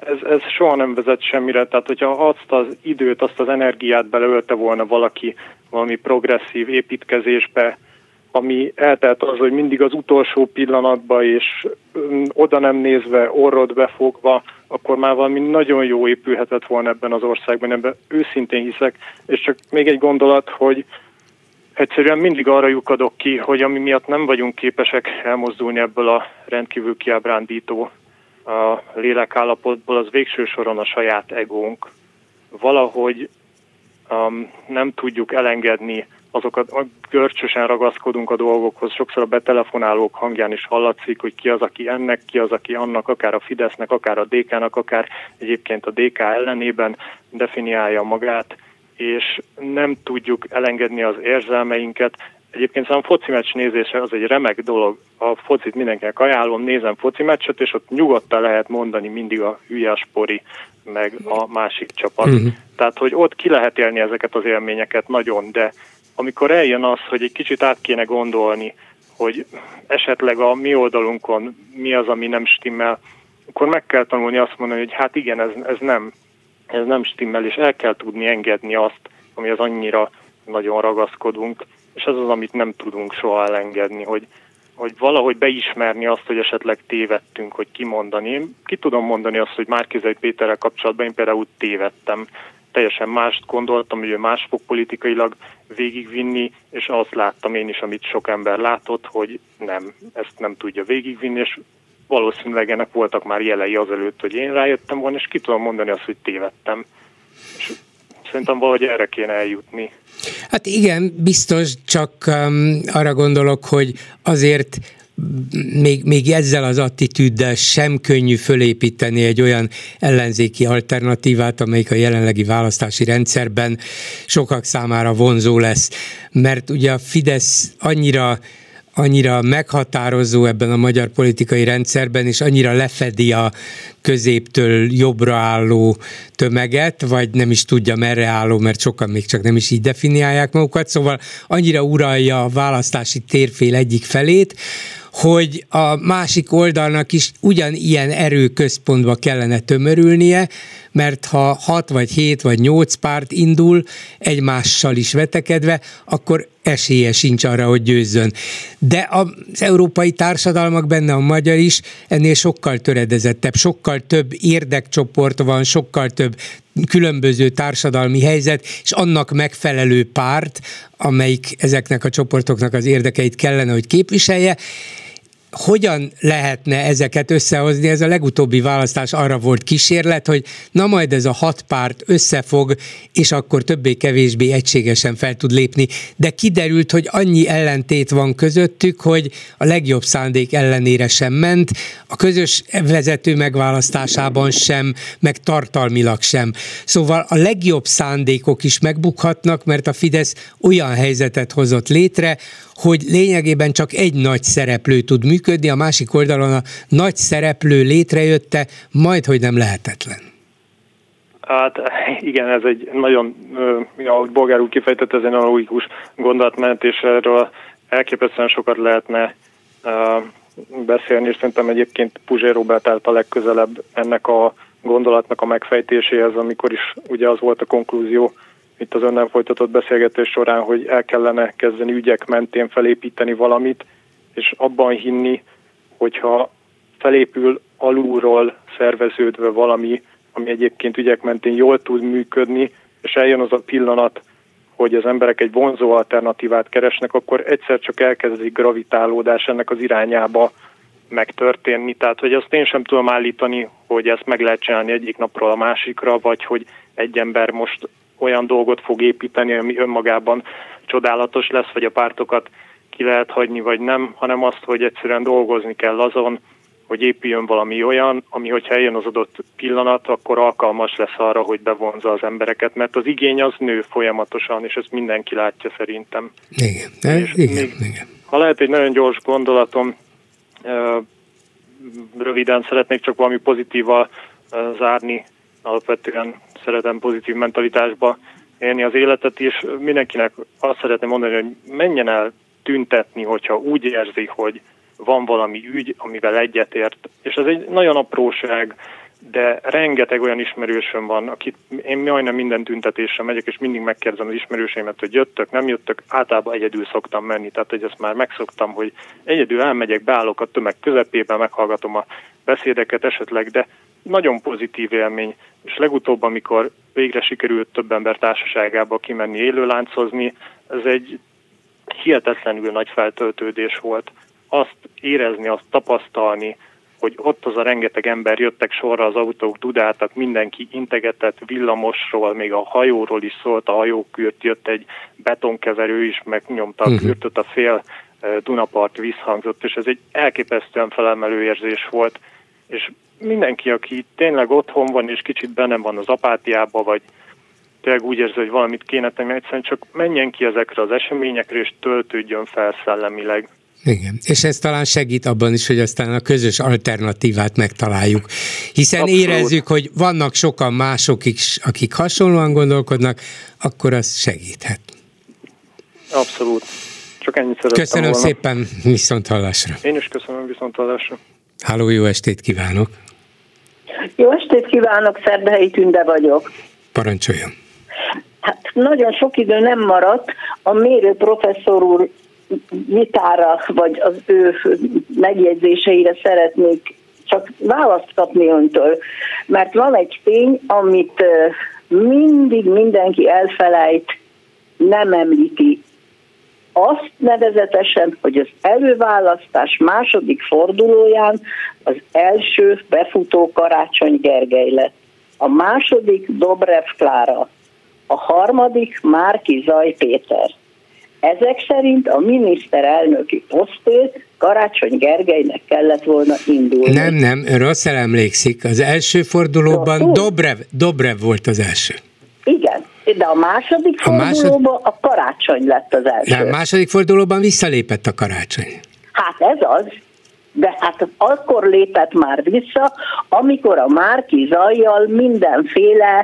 ez, ez soha nem vezet semmire. Tehát, hogyha azt az időt, azt az energiát beleölte volna valaki valami progresszív építkezésbe, ami eltelt az, hogy mindig az utolsó pillanatban és oda nem nézve, orrod befogva, akkor már valami nagyon jó épülhetett volna ebben az országban, ebben őszintén hiszek. És csak még egy gondolat, hogy egyszerűen mindig arra lyukadok ki, hogy ami miatt nem vagyunk képesek elmozdulni ebből a rendkívül kiábrándító a lélekállapotból, az végső soron a saját egónk. Valahogy um, nem tudjuk elengedni azokat, görcsösen ragaszkodunk a dolgokhoz, sokszor a betelefonálók hangján is hallatszik, hogy ki az, aki ennek, ki az, aki annak, akár a Fidesznek, akár a dé ká-nak, akár egyébként a dé ká ellenében definiálja magát, és nem tudjuk elengedni az érzelmeinket. Egyébként szóval a foci meccs nézése az egy remek dolog. A focit mindenkinek ajánlom, nézem foci meccset, és ott nyugodtan lehet mondani mindig a hülye, a Spori, meg a másik csapat. Uh-huh. Tehát, hogy ott ki lehet élni ezeket az élményeket nagyon, de amikor eljön az, hogy egy kicsit át kéne gondolni, hogy esetleg a mi oldalunkon mi az, ami nem stimmel, akkor meg kell tanulni azt mondani, hogy hát igen, ez, ez, nem, ez nem stimmel, és el kell tudni engedni azt, ami az annyira nagyon ragaszkodunk, és ez az, amit nem tudunk soha elengedni, hogy, hogy valahogy beismerni azt, hogy esetleg tévedtünk, hogy kimondani. Én ki tudom mondani azt, hogy Márki-Zay Péterrel kapcsolatban én például tévedtem. Teljesen mást gondoltam, hogy ő más fog politikailag végigvinni, és azt láttam én is, amit sok ember látott, hogy nem, ezt nem tudja végigvinni, és valószínűleg ennek voltak már jelei azelőtt, hogy én rájöttem volna, és ki tudom mondani azt, hogy tévedtem. És szerintem valahogy erre kéne eljutni. Hát igen, biztos, csak um, arra gondolok, hogy azért Még, még ezzel az attitűddel sem könnyű fölépíteni egy olyan ellenzéki alternatívát, amelyik a jelenlegi választási rendszerben sokak számára vonzó lesz. Mert ugye a Fidesz annyira, annyira meghatározó ebben a magyar politikai rendszerben, és annyira lefedi a középtől jobbra álló tömeget, vagy nem is tudja merre álló, mert sokan még csak nem is így definiálják magukat, szóval annyira uralja a választási térfél egyik felét, hogy a másik oldalnak is ugyanilyen erőközpontba kellene tömörülnie, mert ha hat vagy hét vagy nyolc párt indul egymással is vetekedve, akkor esélye sincs arra, hogy győzzön. De az európai társadalmak, benne a magyar is, ennél sokkal töredezettebb, sokkal több érdekcsoport van, sokkal több különböző társadalmi helyzet, és annak megfelelő párt, amelyik ezeknek a csoportoknak az érdekeit kellene, hogy képviselje. Hogyan lehetne ezeket összehozni? Ez a legutóbbi választás arra volt kísérlet, hogy na majd ez a hat párt összefog, és akkor többé-kevésbé egységesen fel tud lépni. De kiderült, hogy annyi ellentét van közöttük, hogy a legjobb szándék ellenére sem ment, a közös vezető megválasztásában sem, meg tartalmilag sem. Szóval a legjobb szándékok is megbukhatnak, mert a Fidesz olyan helyzetet hozott létre, hogy lényegében csak egy nagy szereplő tud működni, a másik oldalon a nagy szereplő létrejötte, majd, hogy nem lehetetlen. Hát igen, ez egy nagyon, ahogy Bolgár úr kifejtett, ez egy nagyon logikus gondolatmenet, és erről elképesztően sokat lehetne beszélni, és szerintem egyébként Puzsér Róbert állt a legközelebb ennek a gondolatnak a megfejtéséhez, amikor is ugye az volt a konklúzió, itt az önnel folytatott beszélgetés során, hogy el kellene kezdeni ügyek mentén felépíteni valamit, és abban hinni, hogyha felépül alulról szerveződve valami, ami egyébként ügyek mentén jól tud működni, és eljön az a pillanat, hogy az emberek egy vonzó alternatívát keresnek, akkor egyszer csak elkezdik gravitálódás ennek az irányába megtörténni. Tehát, hogy azt én sem tudom állítani, hogy ezt meg lehet csinálni egyik napról a másikra, vagy hogy egy ember most olyan dolgot fog építeni, ami önmagában csodálatos lesz, vagy a pártokat ki lehet hagyni, vagy nem, hanem azt, hogy egyszerűen dolgozni kell azon, hogy épüljön valami olyan, ami, hogyha eljön az adott pillanat, akkor alkalmas lesz arra, hogy bevonza az embereket, mert az igény az nő folyamatosan, és ezt mindenki látja szerintem. Igen, és igen, még, igen. Ha lehet egy nagyon gyors gondolatom, röviden szeretnék csak valami pozitívval zárni, alapvetően szeretem pozitív mentalitásba élni az életet, és mindenkinek azt szeretném mondani, hogy menjen el tüntetni, hogyha úgy érzi, hogy van valami ügy, amivel egyetért, és ez egy nagyon apróság, de rengeteg olyan ismerősöm van, akit én majdnem minden tüntetésre megyek, és mindig megkérdezem az ismerőseimet, hogy jöttök, nem jöttök, általában egyedül szoktam menni, tehát hogy ezt már megszoktam, hogy egyedül elmegyek, beállok a tömeg közepében, meghallgatom a beszédeket esetleg, de nagyon pozitív élmény, és legutóbb, amikor végre sikerült több ember társaságába kimenni élőláncozni, ez egy hihetetlenül nagy feltöltődés volt. Azt érezni, azt tapasztalni, hogy ott az a rengeteg ember, jöttek sorra, az autók dudáltak, mindenki integetett villamosról, még a hajóról is szólt, a hajókürt, jött egy betonkeverő is, megnyomta a kürtöt, a fél Dunapart visszhangzott, és ez egy elképesztően felemelő érzés volt, és mindenki, aki tényleg otthon van, és kicsit benne van az apátiába, vagy tényleg úgy érzi, hogy valamit kéne tenni, egyszerűen csak menjen ki ezekre az eseményekre, és töltődjön fel szellemileg. Igen, és ez talán segít abban is, hogy aztán a közös alternatívát megtaláljuk, hiszen Abszolút. érezzük, hogy vannak sokan mások is, akik hasonlóan gondolkodnak, akkor az segíthet. Abszolút. Csak ennyit szerettem Köszönöm volna. szépen, viszont hallásra. Én is köszönöm, viszont hallásra. Háló, jó estét kívánok! Jó estét kívánok, Szerdahelyi Tünde vagyok. Parancsoljon! Hát nagyon sok idő nem maradt, a mérő professzor úr vitára, vagy az ő megjegyzéseire szeretnék csak választ kapni öntől, mert van egy tény, amit mindig mindenki elfelejt, nem említi. Azt nevezetesen, hogy az előválasztás második fordulóján az első befutó Karácsony Gergely lett. A második Dobrev Klára. A harmadik Márki-Zay Péter. Ezek szerint a miniszterelnöki posztért Karácsony Gergelynek kellett volna indulni. Nem, nem, rossz emlékszik. Az első fordulóban Dobrev, Dobrev volt az első. Igen, de a második a fordulóban másod... a Karácsony lett az első. De a második fordulóban visszalépett a Karácsony. Hát ez az, de hát akkor lépett már vissza, amikor a Márki-Zayyal mindenféle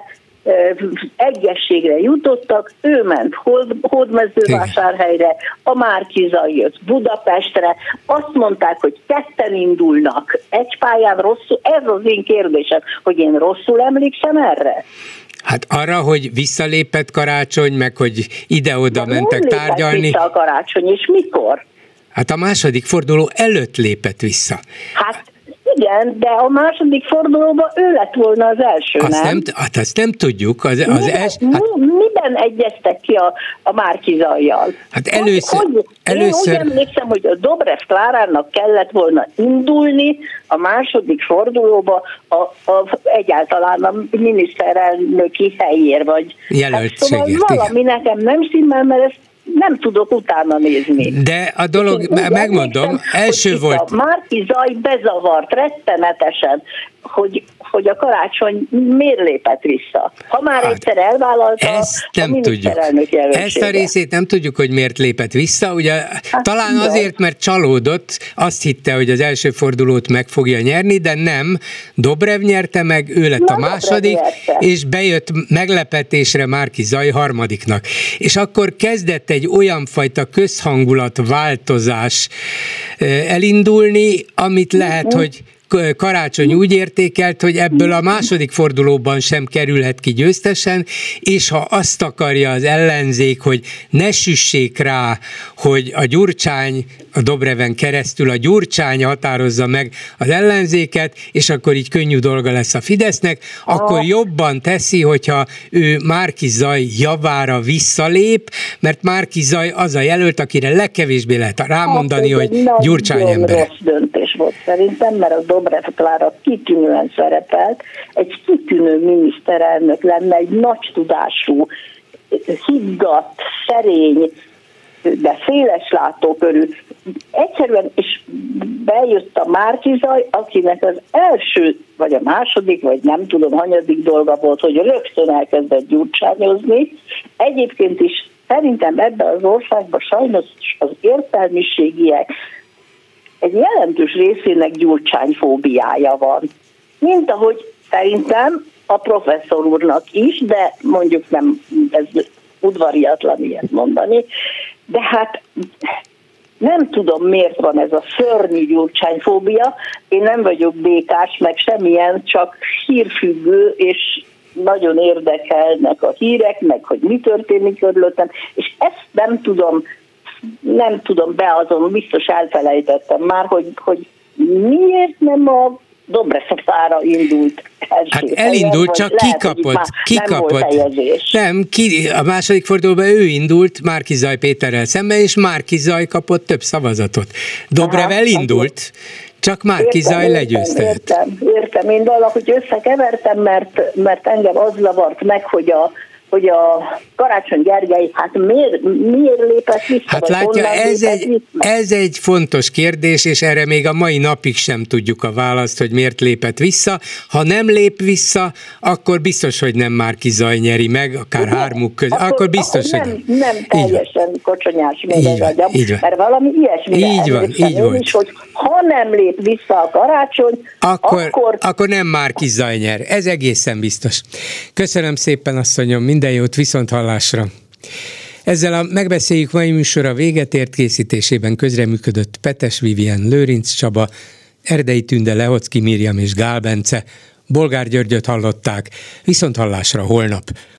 egyességre jutottak, ő ment Hódmezővásárhelyre, a Márki-Zay jött Budapestre, azt mondták, hogy ketten indulnak, egy pályán rosszul, ez az én kérdésem, hogy én rosszul emlékszem erre? Hát arra, hogy visszalépett Karácsony, meg hogy ide-oda de mentek tárgyalni. Vissza a Karácsony, és mikor? Hát a második forduló előtt lépett vissza. Hát igen, de a második fordulóban ő lett volna az első, azt nem? nem? Hát azt nem tudjuk. Az, az miben, els, hát, miben egyeztek ki a, a Márki-Zayyal? Hát először... Hogy, hogy, először... Én úgy emlékszem, hogy a Dobrev Klárának kellett volna indulni a második fordulóba a, a, egyáltalán a miniszterelnöki helyér, vagy... Jelöltségért, hát, szóval valami igen. Nekem nem stimmel, mert ezt nem tudok utána nézni. De a dolog, én megmondom, első volt... A Márki-Zay bezavart rettenetesen, hogy, hogy a Karácsony miért lépett vissza. Ha már hát, egyszer elvállalta a miniszterelnök jelöltséget. Ezt a részét nem tudjuk, hogy miért lépett vissza. Ugye hát, talán jó. Azért, mert csalódott, azt hitte, hogy az első fordulót meg fogja nyerni, de nem. Dobrev nyerte meg, ő lett Na, a második, és bejött meglepetésre Márki-Zay harmadiknak. És akkor kezdett egy olyan fajta közhangulatváltozás elindulni, amit lehet, hogy Karácsony úgy értékelt, hogy ebből a második fordulóban sem kerülhet ki győztesen, és ha azt akarja az ellenzék, hogy ne süssék rá, hogy a Gyurcsány, a Dobreven keresztül a Gyurcsány határozza meg az ellenzéket, és akkor így könnyű dolga lesz a Fidesznek, akkor jobban teszi, hogyha ő Márki-Zay javára visszalép, mert Márki-Zay az a jelölt, akire legkevésbé lehet rámondani, hát, hogy Gyurcsány embere. Rossz döntés volt szerintem, mert a Dobrev Klára kitűnően szerepelt, egy kitűnő miniszterelnök lenne, egy nagy tudású, higgadt, szerény, de széles látókörű. Egyszerűen, és bejött a Márki-Zay, akinek az első, vagy a második, vagy nem tudom, hanyadik dolga volt, hogy rögtön elkezdett gyurcsányozni. Egyébként is szerintem ebben az országban sajnos az értelmiségiek egy jelentős részének gyurcsányfóbiája van. Mint ahogy szerintem a professzor úrnak is, de mondjuk nem, ez udvariatlan ilyet mondani, de hát Nem tudom, miért van ez a szörnyű gyurcsányfóbia. Én nem vagyok békás, meg semmilyen, csak hírfüggő, és nagyon érdekelnek a hírek, meg hogy mi történik körülöttem, és ezt nem tudom, nem tudom beazon, biztos elfelejtettem már, hogy, hogy miért nem a Dobreszafára indult első. Hát elindult, csak lehet, kikapott, kikapott. Nem, nem ki, a második fordulóban ő indult Márki Zaj Péterrel szemben, és Márki Zaj kapott több szavazatot. Dobrev elindult, csak Márki Zaj legyőzte. Értem, értem, én valahogy összekevertem, mert, mert engem az zavart meg, hogy a hogy a Karácsony Gergely, hát miért, miért lépett vissza? Hát látja, ez egy, ez egy fontos kérdés, és erre még a mai napig sem tudjuk a választ, hogy miért lépett vissza. Ha nem lép vissza, akkor biztos, hogy nem Márki Zaj nyeri meg, akár hármuk között, akkor, akkor biztos, akkor hogy nem. Nem, nem teljesen kocsonyás még az agyam, mert valami ilyesmire így van, így volt. Is, hogy ha nem lép vissza a Karácsony, akkor, akkor... akkor nem Márki Zaj nyer. Ez egészen biztos. Köszönöm szépen, asszonyom, minden jót, viszont hallásra. Ezzel a Megbeszéljük mai műsora véget ért, készítésében közreműködött Petes Vivien, Lőrinc Csaba, Erdei Tünde, Lehocki Miriam és Gál Bence. Bolgár Györgyöt hallották, viszont hallásra holnap.